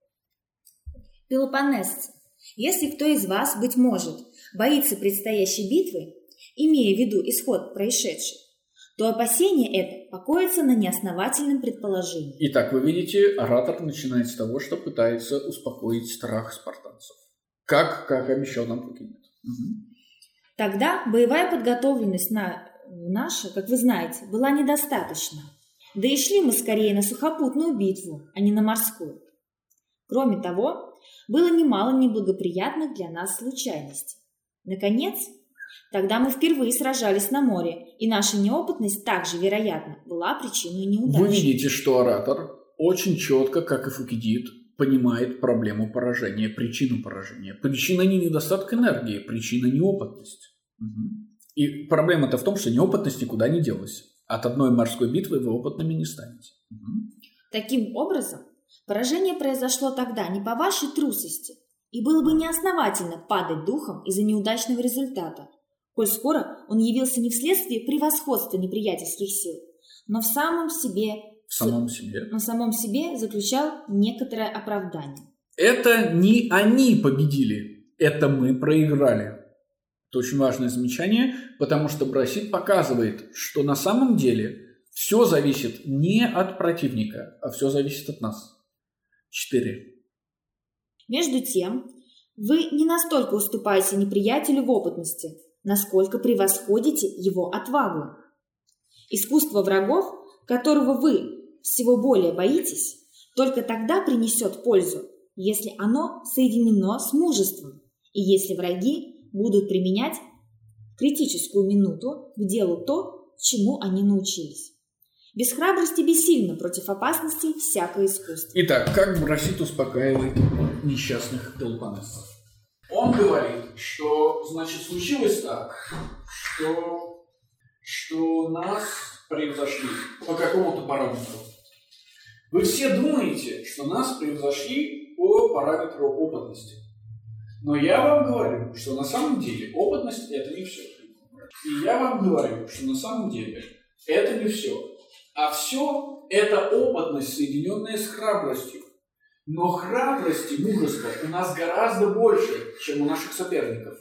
Пелопонесцы, если кто из вас, быть может, боится предстоящей битвы, имея в виду исход происшедшей, то опасение это покоится на неосновательном предположении. Итак, вы видите, оратор начинает с того, что пытается успокоить страх спартанцев. Как, как обещал нам Фукидид. Угу. Тогда боевая подготовленность на, наша, как вы знаете, была недостаточна. Да и шли мы скорее на сухопутную битву, а не на морскую. Кроме того, было немало неблагоприятных для нас случайностей. Наконец, тогда мы впервые сражались на море, и наша неопытность также, вероятно, была причиной неудачи. Вы видите, что оратор очень четко, как и Фукидид, понимает проблему поражения, причину поражения. Причина не недостаток энергии, причина неопытность. Угу. И проблема-то в том, что неопытность никуда не делась. От одной морской битвы вы опытными не станете. Угу. Таким образом, поражение произошло тогда не по вашей трусости, и было бы неосновательно падать духом из-за неудачного результата, коль скоро он явился не вследствие превосходства неприятельских сил, но в самом себе, в самом себе. но в самом себе заключал некоторое оправдание. Это не они победили, это мы проиграли. Это очень важное замечание, потому что Брасид показывает, что на самом деле все зависит не от противника, а все зависит от нас. Четыре. Между тем, вы не настолько уступаете неприятелю в опытности, насколько превосходите его отвагу. Искусство врагов, которого вы всего более боитесь, только тогда принесет пользу, если оно соединено с мужеством, и если враги будут применять в критическую минуту к делу то, чему они научились. Без храбрости бессильно против опасностей всякое искусство. Итак, как Брасид успокаивает несчастных пелопоннесцев? Он говорит, что, значит, случилось так, что, что нас превзошли по какому-то параметру. Вы все думаете, что нас превзошли по параметру опытности. Но я вам говорю, что на самом деле опытность – это не все. И я вам говорю, что на самом деле это не все. А все – это опытность, соединенная с храбростью. Но храбрость и мужество у нас гораздо больше, чем у наших соперников.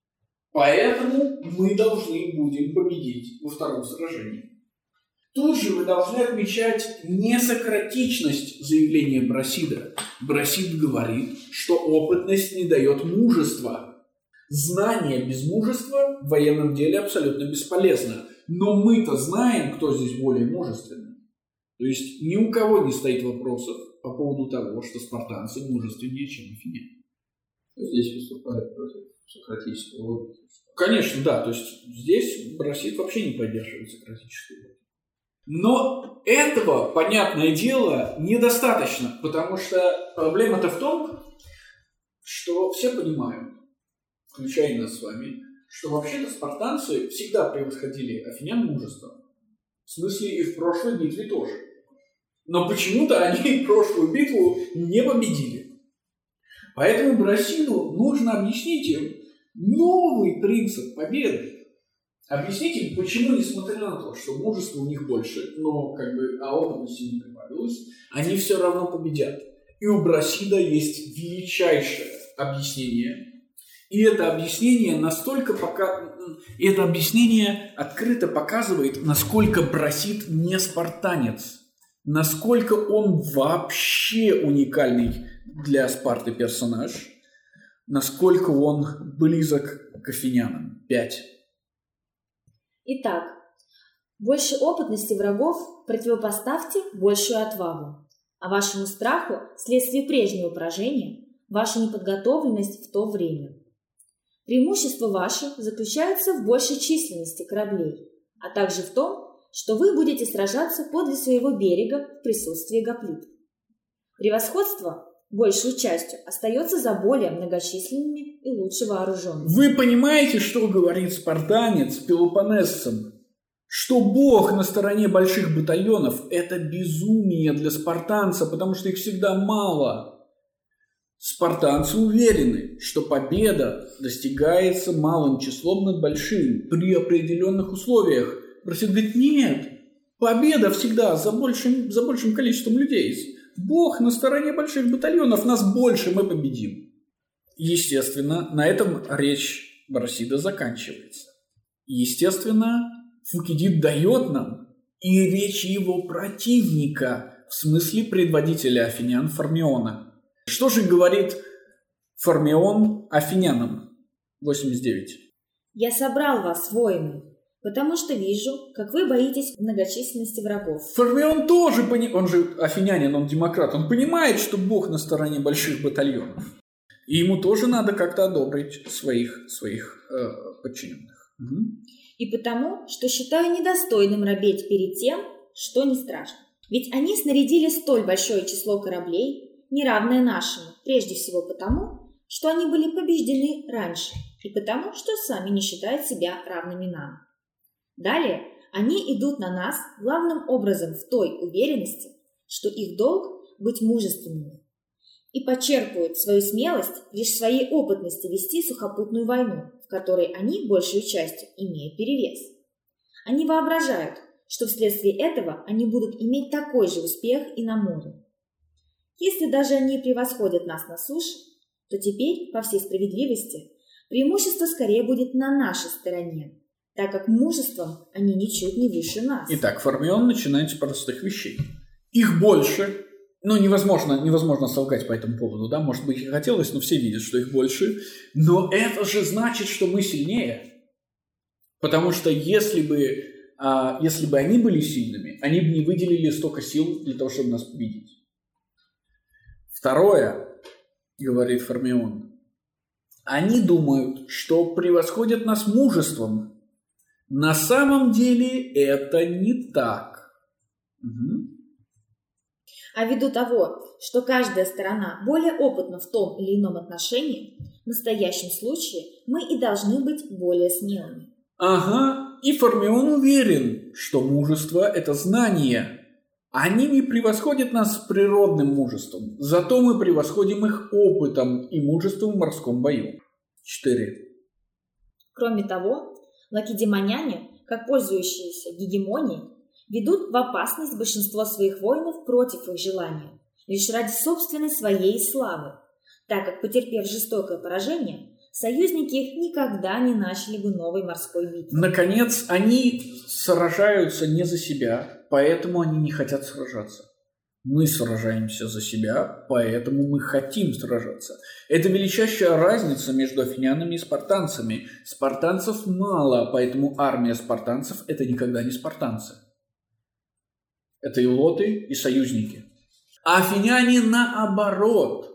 Поэтому мы должны будем победить во втором сражении. Тут же вы должны отмечать несократичность заявления Брасида. Брасид говорит, что опытность не дает мужества. Знание без мужества в военном деле абсолютно бесполезно. Но мы-то знаем, кто здесь более мужественный. То есть ни у кого не стоит вопросов по поводу того, что спартанцы мужественнее, чем афиняне. Здесь выступает против сократической логики. Конечно, да. То есть здесь Брасид вообще не поддерживает сократическую логику. Но этого, понятное дело, недостаточно, потому что проблема-то в том, что все понимают, включая и нас с вами, что вообще-то спартанцы всегда превосходили афинян мужеством. В смысле, и в прошлой битве тоже. Но почему-то они прошлую битву не победили. Поэтому Брасиду нужно объяснить им новый принцип победы. Объяснить им, почему, несмотря на то, что мужества у них больше, но как бы, а опытности не прибавилось, они все равно победят. И у Брасида есть величайшее объяснение. И это объяснение настолько пока... И это объяснение открыто показывает, насколько Брасид не спартанец. Насколько он вообще уникальный для Спарты персонаж. Насколько он близок к афинянам. Пять. Итак, больше опытности врагов противопоставьте большую отвагу, а вашему страху вследствие прежнего поражения ваша неподготовленность в то время. Преимущество ваше заключается в большей численности кораблей, а также в том, что вы будете сражаться подле своего берега в присутствии гоплитов. Превосходство большую частью остается за более многочисленными и лучше вооруженными. Вы понимаете, что говорит спартанец пелопоннесцам? Что Бог на стороне больших батальонов – это безумие для спартанца, потому что их всегда мало. Спартанцы уверены, что победа достигается малым числом над большим при определенных условиях. Брасид говорит, нет, победа всегда за большим, за большим количеством людей. Бог на стороне больших батальонов, нас больше, мы победим. Естественно, на этом речь Брасида заканчивается. Естественно, Фукидид дает нам и речь его противника, в смысле предводителя афинян Фармиона. Что же говорит Фармион афинянам? восемьдесят девять. «Я собрал вас, воины, потому что вижу, как вы боитесь многочисленности врагов». Фармион тоже понимает, он же афинянин, он демократ, он понимает, что Бог на стороне больших батальонов. И ему тоже надо как-то одобрить своих, своих э, подчиненных. Угу. «И потому, что считаю недостойным робеть перед тем, что не страшно. Ведь они снарядили столь большое число кораблей, неравное нашему, прежде всего потому, что они были побеждены раньше, и потому, что сами не считают себя равными нам. Далее они идут на нас главным образом в той уверенности, что их долг быть мужественными, и почерпывают свою смелость лишь в своей опытности вести сухопутную войну, в которой они большей частью имеют перевес. Они воображают, что вследствие этого они будут иметь такой же успех и на море. Если даже они превосходят нас на суше, то теперь, по всей справедливости, преимущество скорее будет на нашей стороне, так как мужеством они ничуть не выше нас». Итак, Фармион начинает с простых вещей. Их больше. Ну, невозможно, невозможно солгать по этому поводу, да, может быть, и хотелось, но все видят, что их больше. Но это же значит, что мы сильнее. Потому что если бы, а, если бы они были сильными, они бы не выделили столько сил для того, чтобы нас победить. Второе, говорит Фармион, они думают, что превосходят нас мужеством. На самом деле это не так. Угу. А ввиду того, что каждая сторона более опытна в том или ином отношении, в настоящем случае мы и должны быть более смелыми. Ага, и Фармион уверен, что мужество – это знание. Они не превосходят нас природным мужеством, зато мы превосходим их опытом и мужеством в морском бою. четыре. Кроме того, лакедемоняне, как пользующиеся гегемонией, ведут в опасность большинство своих воинов против их желания, лишь ради собственной своей славы, так как, потерпев жестокое поражение, союзники их никогда не начали бы новой морской битвы. Наконец, они сражаются не за себя, поэтому они не хотят сражаться. Мы сражаемся за себя, поэтому мы хотим сражаться. Это величайшая разница между афинянами и спартанцами. Спартанцев мало, поэтому армия спартанцев – это никогда не спартанцы. Это илоты и союзники. А афиняне наоборот.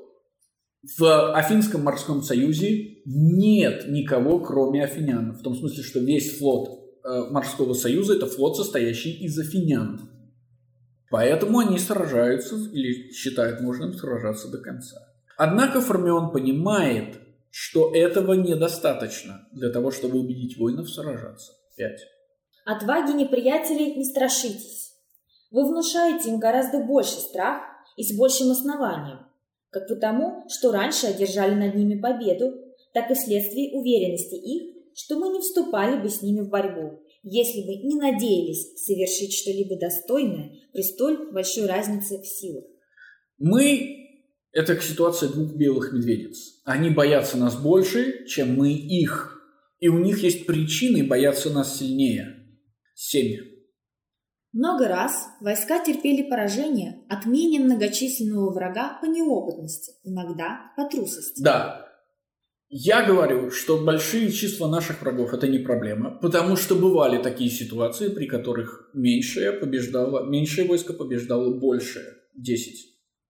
В Афинском морском союзе нет никого, кроме афинян. В том смысле, что весь флот э, морского союза – это флот, состоящий из афинян. Поэтому они сражаются или считают нужным сражаться до конца. Однако Фармион понимает, что этого недостаточно для того, чтобы убедить воинов сражаться. пять. Отваги неприятелей не страшитесь. Вы внушаете им гораздо больше страх и с большим основанием, как потому, что раньше одержали над ними победу, так и вследствие уверенности их, что мы не вступали бы с ними в борьбу, если бы не надеялись совершить что-либо достойное при столь большой разнице в силах. Мы – это ситуация двух белых медведиц. Они боятся нас больше, чем мы их, и у них есть причины бояться нас сильнее. семь. Много раз войска терпели поражение от менее многочисленного врага по неопытности, иногда по трусости. Да, я говорю, что большие числа наших врагов – это не проблема, потому что бывали такие ситуации, при которых меньшее побеждало, меньшее войско побеждало большее. десять.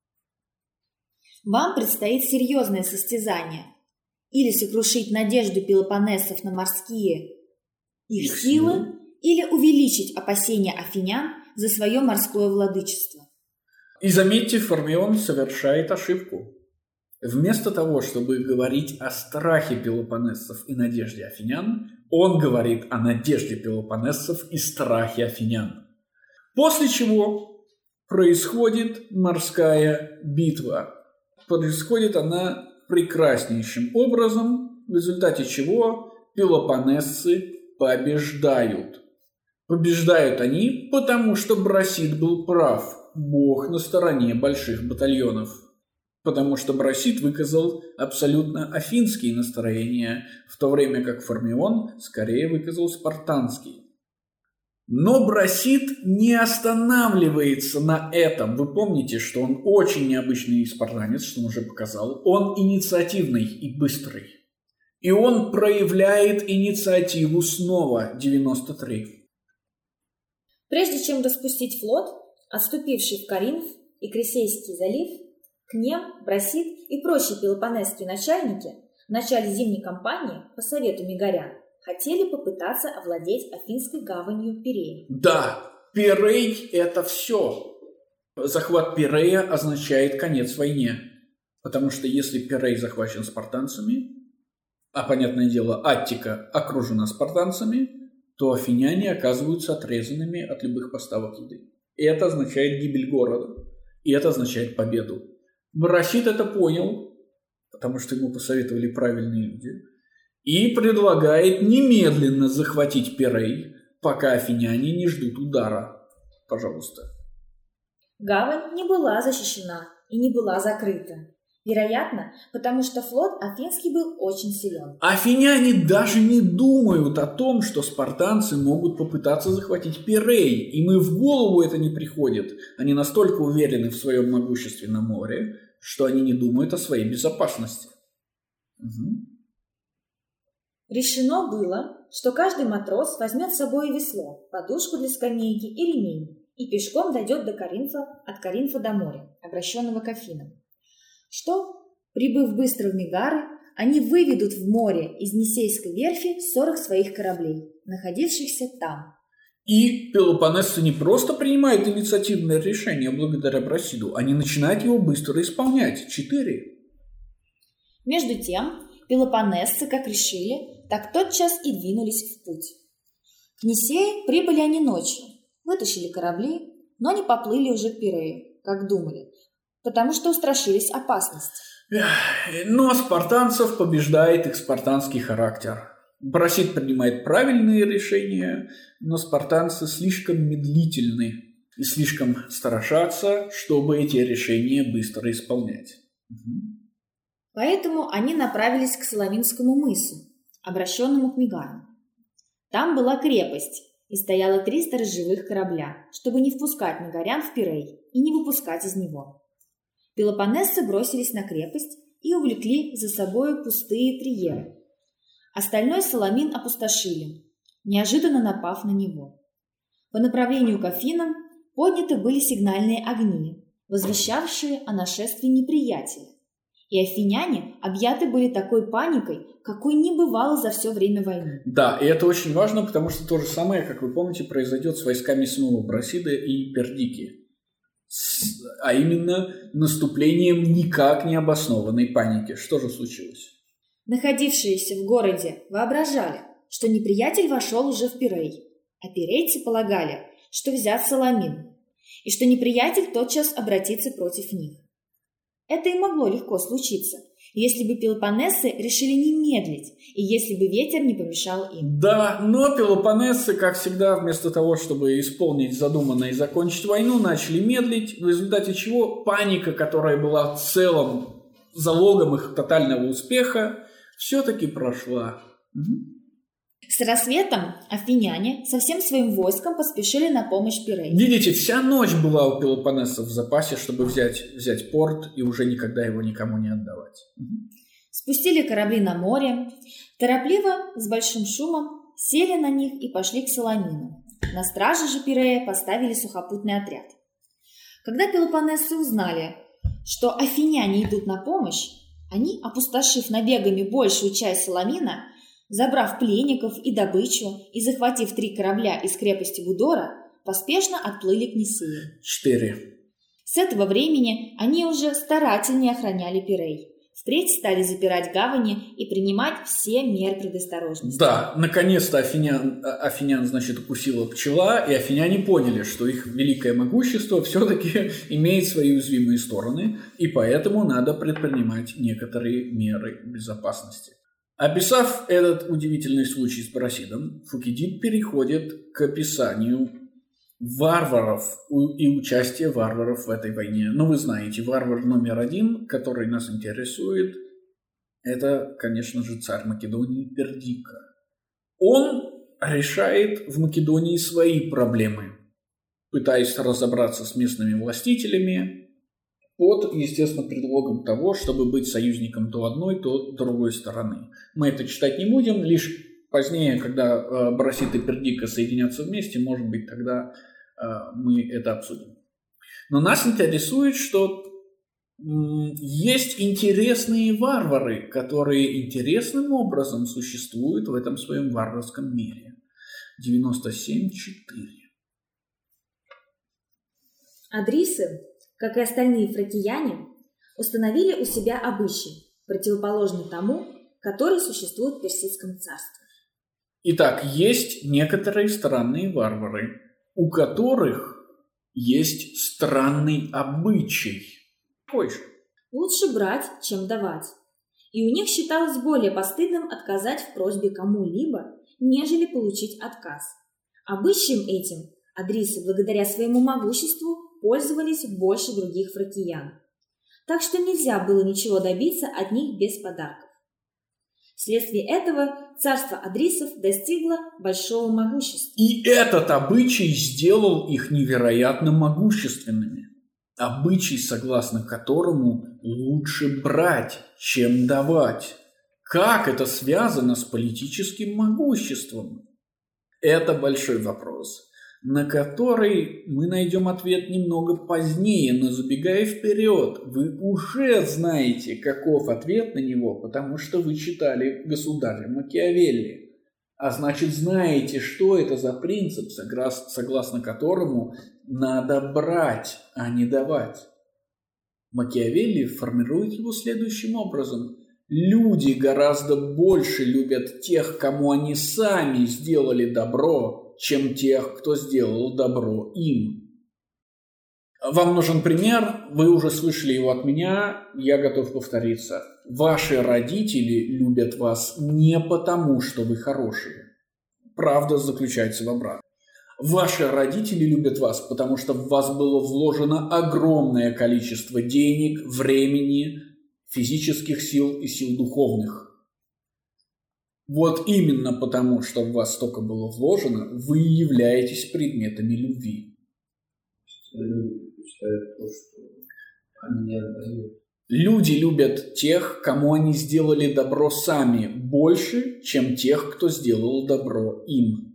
Вам предстоит серьезное состязание. Или сокрушить надежду пелопоннесов на морские их, Их силы, силы. или увеличить опасения афинян за свое морское владычество. И заметьте, Фармион совершает ошибку. Вместо того, чтобы говорить о страхе пелопоннесцев и надежде афинян, он говорит о надежде пелопоннесцев и страхе афинян. После чего происходит морская битва. Происходит она прекраснейшим образом, в результате чего пелопоннесцы побеждают. Побеждают они, потому что Брасид был прав. Бог на стороне больших батальонов. Потому что Брасид выказал абсолютно афинские настроения, в то время как Фармион скорее выказал спартанские. Но Брасид не останавливается на этом. Вы помните, что он очень необычный спартанец, что он уже показал. Он инициативный и быстрый. И он проявляет инициативу снова. девяносто три. Прежде чем распустить флот, отступивший в Коринф и Крисейский залив, Кнем, Брасид и прочие пелопоннесские начальники в начале зимней кампании по совету мегарян хотели попытаться овладеть Афинской гаванью Пирея. Да, Пирей – это все. Захват Пирея означает конец войне. Потому что если Пирей захвачен спартанцами, а, понятное дело, Аттика окружена спартанцами, то афиняне оказываются отрезанными от любых поставок еды. И это означает гибель города. И это означает победу. Брасид это понял, потому что ему посоветовали правильные люди, и предлагает немедленно захватить Пирей, пока афиняне не ждут удара. Пожалуйста. Гавань не была защищена и не была закрыта. Вероятно, потому что флот афинский был очень силен. Афиняне даже не думают о том, что спартанцы могут попытаться захватить Пирей. Им и в голову это не приходит. Они настолько уверены в своем могуществе на море, что они не думают о своей безопасности. Угу. Решено было, что каждый матрос возьмет с собой весло, подушку для скамейки и ремень, и пешком дойдет до Коринфа, от Коринфа до моря, обращенного к Афинам. Что, прибыв быстро в Мегары, они выведут в море из Нисейской верфи сорок своих кораблей, находившихся там. И пелопоннесцы не просто принимают инициативное решение благодаря Брасиду, они начинают его быстро исполнять. Четыре. Между тем, пелопоннесцы, как решили, так тотчас и двинулись в путь. К Нисее прибыли они ночью, вытащили корабли, но не поплыли уже к Пирею, как думали, потому что устрашились опасности. Но спартанцев побеждает их спартанский характер. Брасид принимает правильные решения, но спартанцы слишком медлительны и слишком страшатся, чтобы эти решения быстро исполнять. Угу. Поэтому они направились к Саламинскому мысу, обращенному к Мегану. Там была крепость, и стояло три сторожевых корабля, чтобы не впускать мегарян в Пирей и не выпускать из него. Пелопоннесцы бросились на крепость и увлекли за собой пустые триеры. Остальной Саламин опустошили, неожиданно напав на него. По направлению к Афинам подняты были сигнальные огни, возвещавшие о нашествии неприятеля. И афиняне объяты были такой паникой, какой не бывало за все время войны. Да, и это очень важно, потому что то же самое, как вы помните, произойдет с войсками снова Брасида и Пердики. С, а именно наступлением никак не обоснованной паники. Что же случилось? Находившиеся в городе воображали, что неприятель вошел уже в Пирей, а пирейцы полагали, что взят Саламин, и что неприятель тотчас обратится против них. Это и могло легко случиться, если бы пелопоннесцы решили не медлить, и если бы ветер не помешал им. Да, но пелопоннесцы, как всегда, вместо того, чтобы исполнить задуманное и закончить войну, начали медлить, в результате чего паника, которая была в целом залогом их тотального успеха, все-таки прошла. Угу. С рассветом афиняне со всем своим войском поспешили на помощь Пирею. Видите, вся ночь была у пелопоннесцев в запасе, чтобы взять, взять порт и уже никогда его никому не отдавать. Угу. Спустили корабли на море, торопливо, с большим шумом, сели на них и пошли к Саламину. На страже же Пирея поставили сухопутный отряд. Когда пелопоннесцы узнали, что афиняне идут на помощь, они, опустошив набегами большую часть Саламина, забрав пленников и добычу и захватив три корабля из крепости Будора, поспешно отплыли к Нисее. Четыре. С этого времени они уже старательнее охраняли Пирей. Впредь стали запирать гавани и принимать все меры предосторожности. Да, наконец-то афинян, афинян, значит, укусила пчела, и афиняне поняли, что их великое могущество все-таки имеет свои уязвимые стороны, и поэтому надо предпринимать некоторые меры безопасности. Описав этот удивительный случай с Брасидом, Фукидид переходит к описанию варваров и участия варваров в этой войне. Ну, вы знаете, варвар номер один, который нас интересует, это, конечно же, царь Македонии Пердика. Он решает в Македонии свои проблемы, пытаясь разобраться с местными властителями под, естественно, предлогом того, чтобы быть союзником то одной, то другой стороны. Мы это читать не будем, лишь позднее, когда Брасид и Пердика соединятся вместе, может быть, тогда мы это обсудим. Но нас интересует, что есть интересные варвары, которые интересным образом существуют в этом своем варварском мире. девяносто семь четыре. Адрисы, как и остальные фракияне, установили у себя обычай, противоположный тому, который существует в Персидском царстве. Итак, есть некоторые странные варвары, у которых есть странный обычай. Ой. Лучше брать, чем давать. И у них считалось более постыдным отказать в просьбе кому-либо, нежели получить отказ. Обычаем этим адрисы, благодаря своему могуществу, пользовались больше других фракиян. Так что нельзя было ничего добиться от них без подарков. Вследствие этого царство адрисов достигло большого могущества. И этот обычай сделал их невероятно могущественными. Обычай, согласно которому лучше брать, чем давать. Как это связано с политическим могуществом? Это большой вопрос, на который мы найдем ответ немного позднее, но забегая вперед, вы уже знаете, каков ответ на него, потому что вы читали «Государя Макиавелли». А значит, знаете, что это за принцип, согласно которому надо брать, а не давать. Макиавелли формирует его следующим образом. Люди гораздо больше любят тех, кому они сами сделали добро, чем тех, кто сделал добро им. Вам нужен пример, вы уже слышали его от меня, я готов повториться. Ваши родители любят вас не потому, что вы хорошие. Правда заключается в обратном. Ваши родители любят вас, потому что в вас было вложено огромное количество денег, времени, физических сил и сил духовных. Вот именно потому, что в вас столько было вложено, вы являетесь предметами любви. Люди предпочитают то, что они не отдают. Люди любят тех, кому они сделали добро сами, больше, чем тех, кто сделал добро им.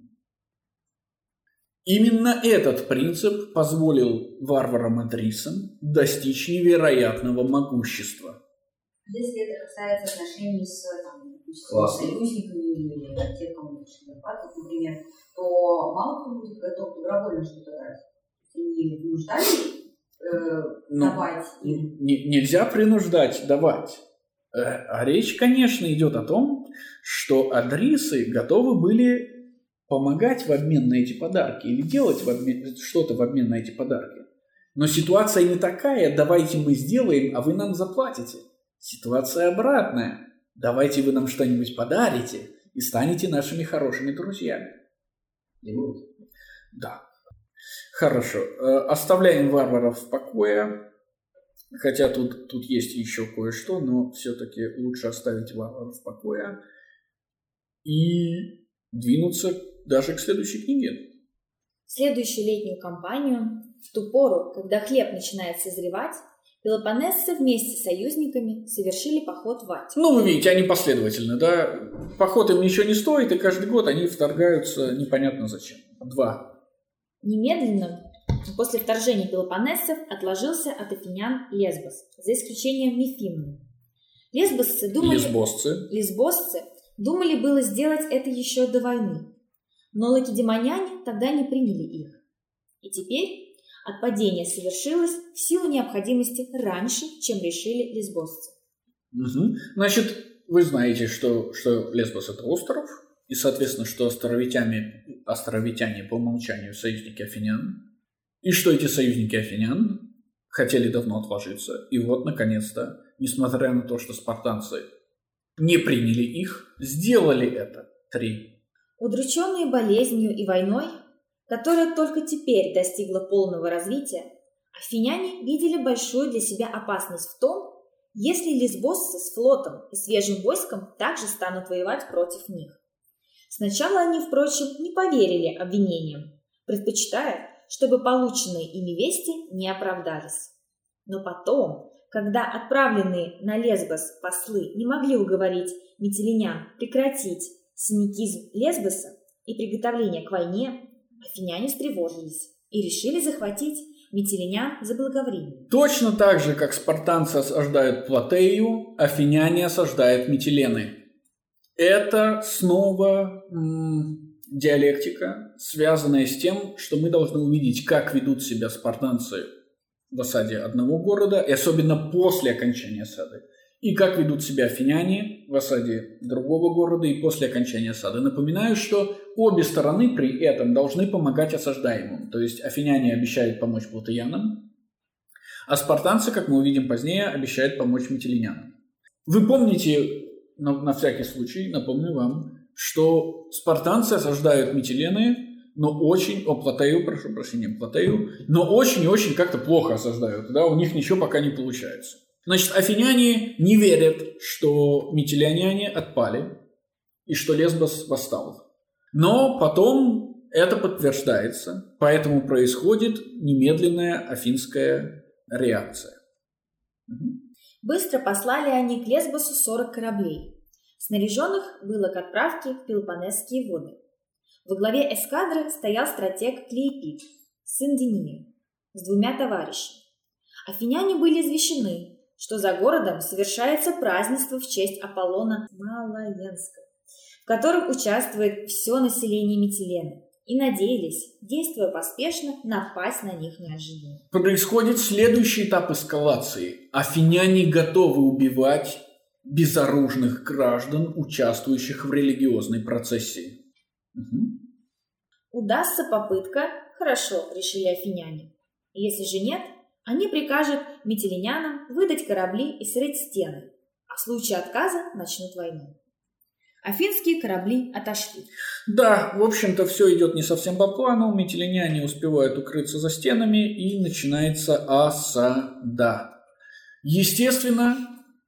Именно этот принцип позволил варварам-адрисам достичь невероятного могущества. Если это касается отношений с, там, с союзниками или тех, кому лучше зарплаты, например, то мало кто будет готов добровольно что-то дать. Не вынуждали э, давать им. Не, нельзя принуждать давать. А речь, конечно, идет о том, что адрисы готовы были помогать в обмен на эти подарки или делать в обмен, что-то в обмен на эти подарки. Но ситуация не такая, давайте мы сделаем, а вы нам заплатите. Ситуация обратная. Давайте вы нам что-нибудь подарите и станете нашими хорошими друзьями. Да. Хорошо. Оставляем варваров в покое. Хотя тут, тут есть еще кое-что, но все-таки лучше оставить варваров в покое. И двинуться даже к следующей книге. В следующую летнюю кампанию, в ту пору, когда хлеб начинает созревать, пелопоннесцы вместе с союзниками совершили поход в Аттику. Ну, вы видите, они последовательны, да? Поход им ничего не стоит, и каждый год они вторгаются непонятно зачем. Два. Немедленно после вторжения пелопоннесцев отложился от афинян Лесбос, за исключением Мифимны. Лесбосцы думали... Лесбосцы. Лесбосцы думали было сделать это еще до войны, но лакедемоняне тогда не приняли их. И теперь отпадение совершилось в силу необходимости раньше, чем решили лесбосцы. Угу. Значит, вы знаете, что, что Лесбос – это остров, и, соответственно, что островитяне, островитяне по умолчанию союзники афинян, и что эти союзники афинян хотели давно отложиться. И вот, наконец-то, несмотря на то, что спартанцы не приняли их, сделали это. Три. Удрученные болезнью и войной, которая только теперь достигла полного развития, афиняне видели большую для себя опасность в том, если лесбосцы с флотом и свежим войском также станут воевать против них. Сначала они, впрочем, не поверили обвинениям, предпочитая, чтобы полученные ими вести не оправдались. Но потом, когда отправленные на Лесбос послы не могли уговорить митиленян прекратить синекизм Лесбоса и приготовление к войне, афиняне встревожились и решили захватить митиленян заблаговременно. Точно так же, как спартанцы осаждают Платею, афиняне осаждают Митилены. Это снова м- диалектика, связанная с тем, что мы должны увидеть, как ведут себя спартанцы в осаде одного города, и особенно после окончания осады, и как ведут себя афиняне в осаде другого города и после окончания осады. Напоминаю, что обе стороны при этом должны помогать осаждаемым. То есть афиняне обещают помочь платеянам, а спартанцы, как мы увидим позднее, обещают помочь митиленянам. Вы помните, на, на всякий случай, напомню вам, что спартанцы осаждают Митилены, но очень, о, Платею, прошу прощения, Платею, но очень и очень как-то плохо осаждают, да, у них ничего пока не получается. Значит, афиняне не верят, что митиленяне отпали и что Лесбос восстал. Но потом это подтверждается, поэтому происходит немедленная афинская реакция. Угу. Быстро послали они к Лесбосу сорок кораблей. Снаряженных было к отправке в Пелопоннесские воды. Во главе эскадры стоял стратег Клеопид, сын Дения, с двумя товарищами. Афиняне были извещены, что за городом совершается празднество в честь Аполлона Малоенского. в котором участвует все население Митилены, и надеялись, действуя поспешно, напасть на них неожиданно. Происходит следующий этап эскалации. Афиняне готовы убивать безоружных граждан, участвующих в религиозной процессии. Угу. Удастся попытка, хорошо, решили афиняне. Если же нет, они прикажут митиленянам выдать корабли и срыть стены, а в случае отказа начнут войну. Афинские корабли отошли. Да, в общем-то, все идет не совсем по плану. Митиленяне успевают укрыться за стенами, и начинается осада. Естественно,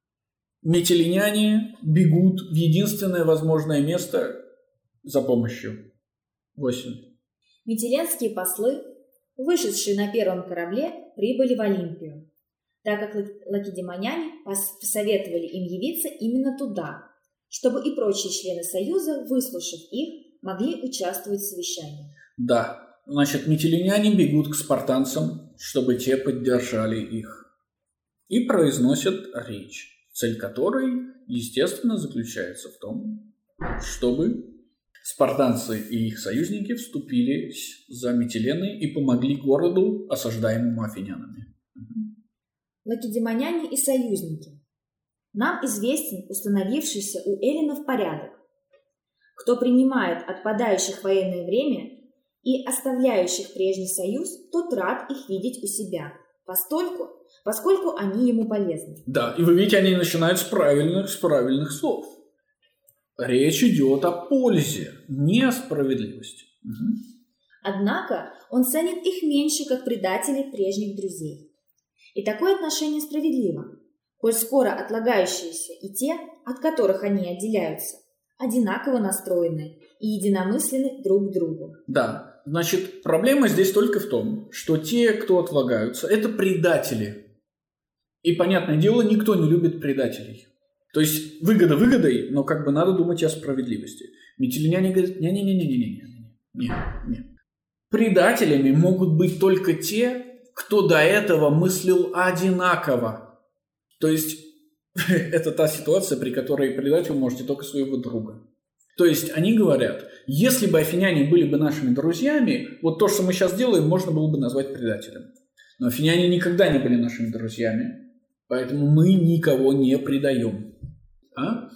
митиленяне бегут в единственное возможное место за помощью. Восемь. Митиленские послы, вышедшие на первом корабле, прибыли в Олимпию, так как лакедемоняне посоветовали им явиться именно туда, чтобы и прочие члены Союза, выслушав их, могли участвовать в совещании. Да, значит, митиленяне бегут к спартанцам, чтобы те поддержали их. И произносят речь, цель которой, естественно, заключается в том, чтобы спартанцы и их союзники вступились за Митиленой и помогли городу, осаждаемому афинянами. Лакедемоняне и союзники. Нам известен установившийся у эллинов порядок. Кто принимает отпадающих в военное время и оставляющих прежний союз, тот рад их видеть у себя, постольку, поскольку они ему полезны. Да, и вы видите, они начинают с правильных, с правильных слов. Речь идет о пользе, не о справедливости. Угу. Однако он ценит их меньше, как предателей прежних друзей. И такое отношение справедливо, коль скоро отлагающиеся и те, от которых они отделяются, одинаково настроены и единомысленны друг к другу. Да, значит, проблема здесь только в том, что те, кто отлагаются, это предатели. И, понятное дело, никто не любит предателей. То есть выгода выгодой, но как бы надо думать о справедливости. Митиленяне говорят, не-не-не-не-не-не-не. Предателями могут быть только те, кто до этого мыслил одинаково. То есть это та ситуация, при которой предать вы можете только своего друга. То есть они говорят, если бы афиняне были бы нашими друзьями, вот то, что мы сейчас делаем, можно было бы назвать предателем. Но афиняне никогда не были нашими друзьями, поэтому мы никого не предаем. А?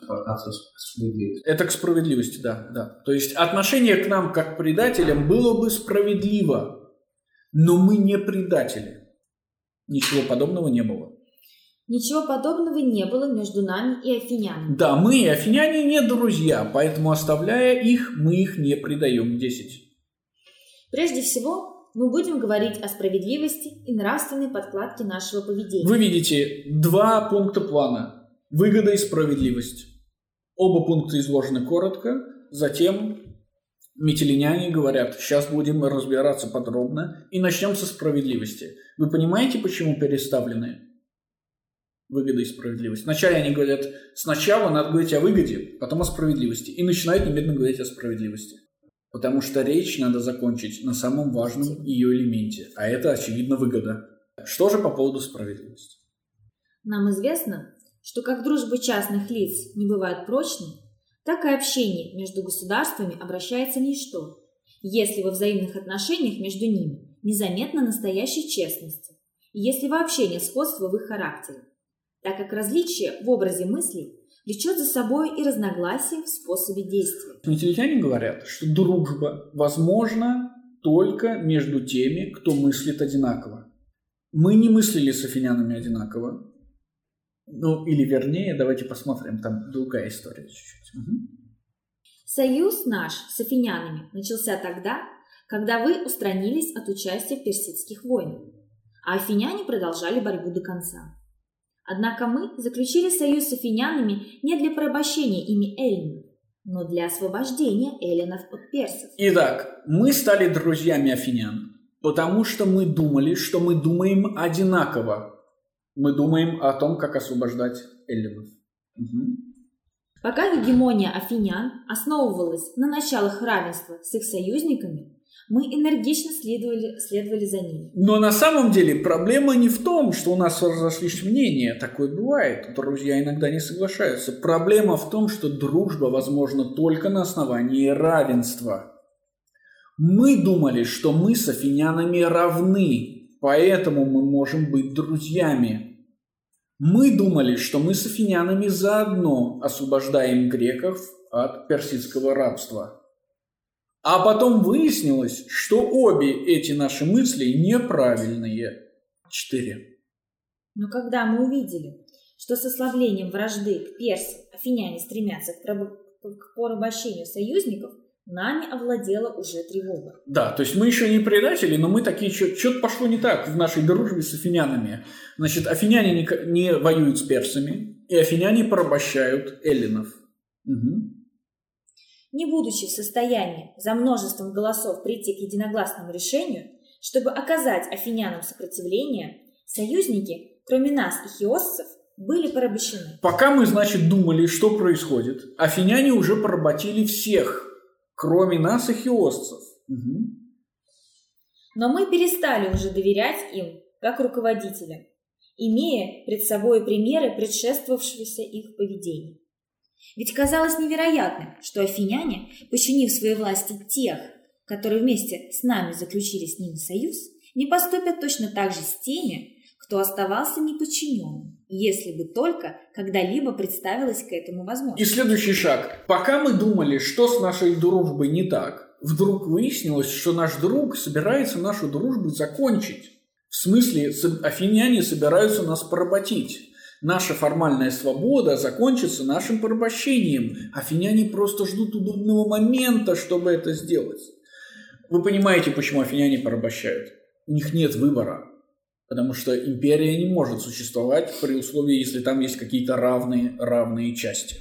Это к справедливости, да, да. То есть отношение к нам как к предателям было бы справедливо, но мы не предатели. Ничего подобного не было. Ничего подобного не было между нами и афинянами. Да, мы и афиняне не друзья, поэтому, оставляя их, мы их не предаем. Десять. Прежде всего, мы будем говорить о справедливости и нравственной подкладке нашего поведения. Вы видите два пункта плана. Выгода и справедливость. Оба пункта изложены коротко. Затем митиленяне говорят, сейчас будем разбираться подробно и начнем со справедливости. Вы понимаете, почему переставлены выгода и справедливость? Вначале они говорят, сначала надо говорить о выгоде, потом о справедливости. И начинают немедленно говорить о справедливости. Потому что речь надо закончить на самом важном ее элементе. А это, очевидно, выгода. Что же по поводу справедливости? Нам известно, что как дружба частных лиц не бывает прочной, так и общение между государствами обращается в ничто, если во взаимных отношениях между ними незаметно настоящей честности, и если вообще нет сходства в их характере, так как различие в образе мыслей влечет за собой и разногласия в способе действия. Митиленяне говорят, что дружба возможна только между теми, кто мыслит одинаково. Мы не мыслили с афинянами одинаково. Ну, или вернее, давайте посмотрим, там другая история чуть-чуть. Угу. Союз наш с афинянами начался тогда, когда вы устранились от участия в персидских войнах, а афиняне продолжали борьбу до конца. Однако мы заключили союз с афинянами не для порабощения ими эллинов, но для освобождения эллинов от персов. Итак, мы стали друзьями афинян, потому что мы думали, что мы думаем одинаково. Мы думаем о том, как освобождать эллинов. Угу. Пока гегемония афинян основывалась на началах равенства с их союзниками, Мы энергично следовали, следовали за ними. Но на самом деле проблема не в том, что у нас разошлись мнения. Такое бывает. Друзья иногда не соглашаются. Проблема в том, что дружба возможна только на основании равенства. Мы думали, что мы с афинянами равны, поэтому мы можем быть друзьями. Мы думали, что мы с афинянами заодно освобождаем греков от персидского рабства. А потом выяснилось, что обе эти наши мысли неправильные. Четыре. Но когда мы увидели, что с ослаблением вражды к персам афиняне стремятся к, проб... к порабощению союзников, нами овладела уже тревога. Да, то есть мы еще не предатели, но мы такие, что-то пошло не так в нашей дружбе с афинянами. Значит, афиняне не, не воюют с персами, и афиняне порабощают эллинов. Угу. Не будучи в состоянии за множеством голосов прийти к единогласному решению, чтобы оказать афинянам сопротивление, союзники, кроме нас и хиосцев, были порабощены. Пока мы, значит, думали, что происходит, афиняне уже поработили всех, кроме нас и хиосцев. Угу. Но мы перестали уже доверять им, как руководителям, имея пред собой примеры предшествовавшегося их поведения. Ведь казалось невероятным, что афиняне, подчинив своей власти тех, которые вместе с нами заключили с ними союз, не поступят точно так же с теми, кто оставался неподчиненным, если бы только когда-либо представилась к этому возможность. И следующий шаг. Пока мы думали, что с нашей дружбой не так, вдруг выяснилось, что наш друг собирается нашу дружбу закончить. В смысле, афиняне собираются нас поработить. Наша формальная свобода закончится нашим порабощением. Афиняне просто ждут удобного момента, чтобы это сделать. Вы понимаете, почему афиняне порабощают? У них нет выбора. Потому что империя не может существовать при условии, если там есть какие-то равные, равные части.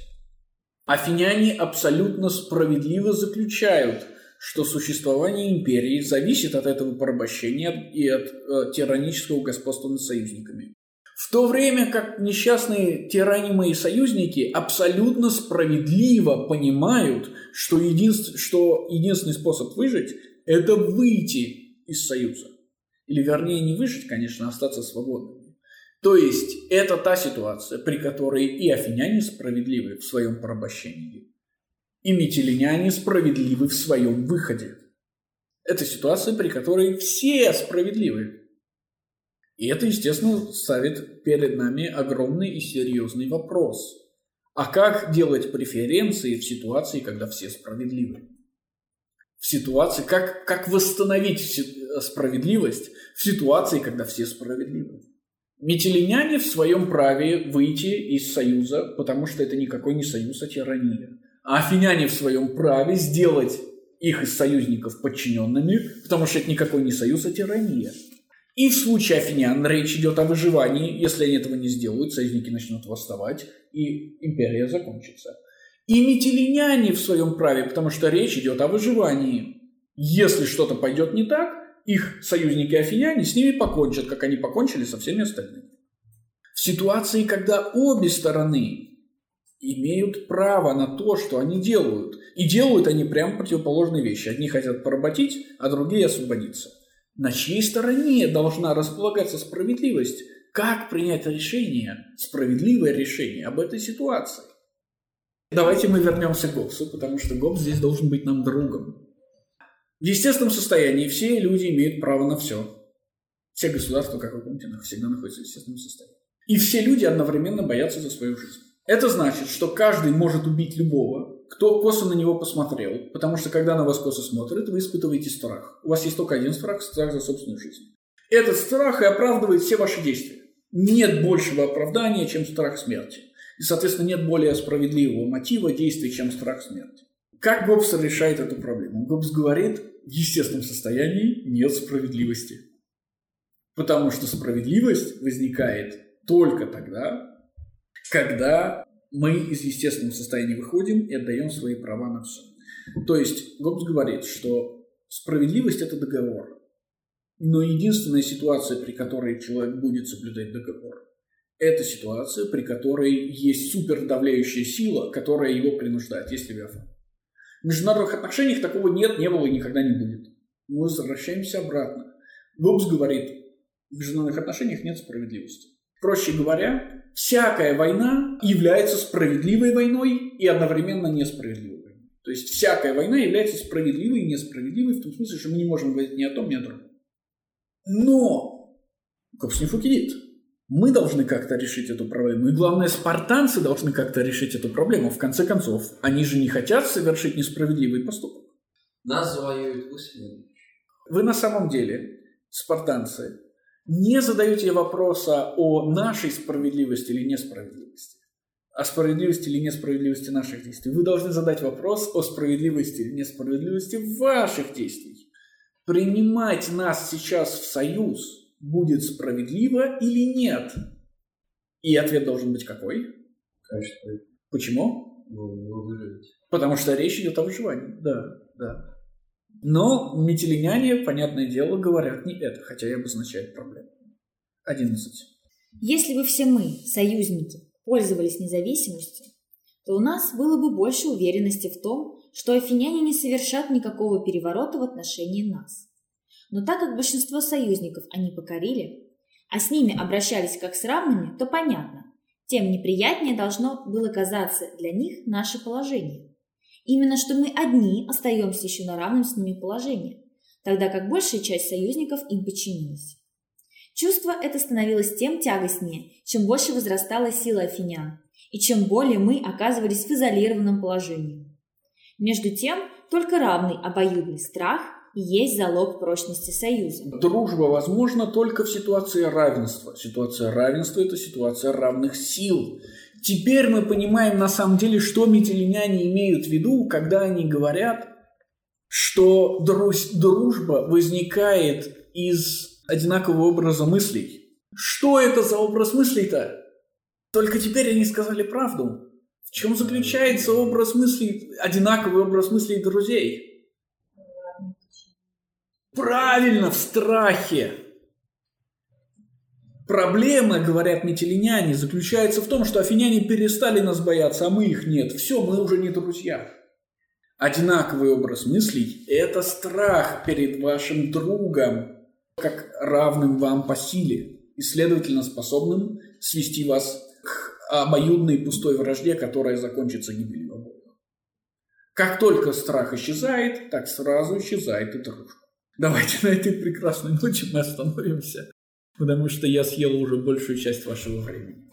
Афиняне абсолютно справедливо заключают, что существование империи зависит от этого порабощения и от э, тиранического господства над союзниками. В то время как несчастные тиранимые союзники абсолютно справедливо понимают, что, единств... что единственный способ выжить – это выйти из союза. Или вернее не выжить, конечно, а остаться свободными. То есть это та ситуация, при которой и афиняне справедливы в своем порабощении, и митилиняне справедливы в своем выходе. Это ситуация, при которой все справедливы. И это, естественно, ставит перед нами огромный и серьезный вопрос. А как делать преференции в ситуации, когда все справедливы? В ситуации, как, как восстановить справедливость в ситуации, когда все справедливы? Митилиняне в своем праве выйти из союза, потому что это никакой не союз, а тирания. А афиняне в своем праве сделать их из союзников подчиненными, потому что это никакой не союз, а тирания. И в случае афинян речь идет о выживании. Если они этого не сделают, союзники начнут восставать, и империя закончится. И митилиняне в своем праве, потому что речь идет о выживании. Если что-то пойдет не так, их союзники-афиняне с ними покончат, как они покончили со всеми остальными. В ситуации, когда обе стороны имеют право на то, что они делают, и делают они прямо противоположные вещи. Одни хотят поработить, а другие освободиться. На чьей стороне должна располагаться справедливость? Как принять решение, справедливое решение об этой ситуации? Давайте мы вернемся к Гоббсу, потому что Гоббс здесь должен быть нам другом. В естественном состоянии все люди имеют право на все. Все государства, как вы помните, всегда находятся в естественном состоянии. И все люди одновременно боятся за свою жизнь. Это значит, что каждый может убить любого, кто косо на него посмотрел, потому что когда на вас косо смотрят, вы испытываете страх. У вас есть только один страх – страх за собственную жизнь. Этот страх и оправдывает все ваши действия. Нет большего оправдания, чем страх смерти. И, соответственно, нет более справедливого мотива действий, чем страх смерти. Как Гоббс решает эту проблему? Гоббс говорит, в естественном состоянии нет справедливости. Потому что справедливость возникает только тогда, когда мы из естественного состояния выходим и отдаем свои права на все. То есть Гоббс говорит, что справедливость – это договор. Но единственная ситуация, при которой человек будет соблюдать договор, это ситуация, при которой есть супердавляющая сила, которая его принуждает, есть левиафан. В международных отношениях такого нет, не было и никогда не будет. Мы возвращаемся обратно. Гоббс говорит, в международных отношениях нет справедливости. Проще говоря, всякая война является справедливой войной и одновременно несправедливой войной. То есть всякая война является справедливой и несправедливой в том смысле, что мы не можем говорить ни о том, ни о другом. Но Гоббс не фукидит. Мы должны как-то решить эту проблему. И главное, спартанцы должны как-то решить эту проблему. В конце концов, они же не хотят совершить несправедливый поступок. Нас завоюют вы. Вы на самом деле, спартанцы, не задаете вопроса о нашей справедливости или несправедливости, о справедливости или несправедливости наших действий. Вы должны задать вопрос о справедливости или несправедливости ваших действий. Принимать нас сейчас в союз будет справедливо или нет? И ответ должен быть какой? Конечно. Почему? Вы, вы выживете. Потому что речь идет о выживании. Да, да. Но митилиняне, понятное дело, говорят не это, хотя и обозначает проблему. одиннадцать. Если бы все мы, союзники, пользовались независимостью, то у нас было бы больше уверенности в том, что афиняне не совершат никакого переворота в отношении нас. Но так как большинство союзников они покорили, а с ними обращались как с равными, то понятно, тем неприятнее должно было казаться для них наше положение. Именно что мы одни остаемся еще на равном с ними положении, тогда как большая часть союзников им подчинилась. Чувство это становилось тем тягостнее, чем больше возрастала сила афинян, и чем более мы оказывались в изолированном положении. Между тем, только равный обоюдный страх и есть залог прочности союза. Дружба возможна только в ситуации равенства. Ситуация равенства – это ситуация равных сил. Теперь мы понимаем на самом деле, что митилиняне имеют в виду, когда они говорят, что дружба возникает из одинакового образа мыслей. Что это за образ мыслей-то? Только теперь они сказали правду. В чем заключается образ мыслей, одинаковый образ мыслей друзей? Правильно, в страхе. Проблема, говорят митилиняне, заключается в том, что афиняне перестали нас бояться, а мы их нет. Все, мы уже не друзья. Одинаковый образ мыслей – это страх перед вашим другом, как равным вам по силе, и, следовательно, способным свести вас к обоюдной пустой вражде, которая закончится гибелью обоих. Как только страх исчезает, так сразу исчезает и дружба. Давайте на этой прекрасной ноте мы остановимся, потому что я съел уже большую часть вашего времени.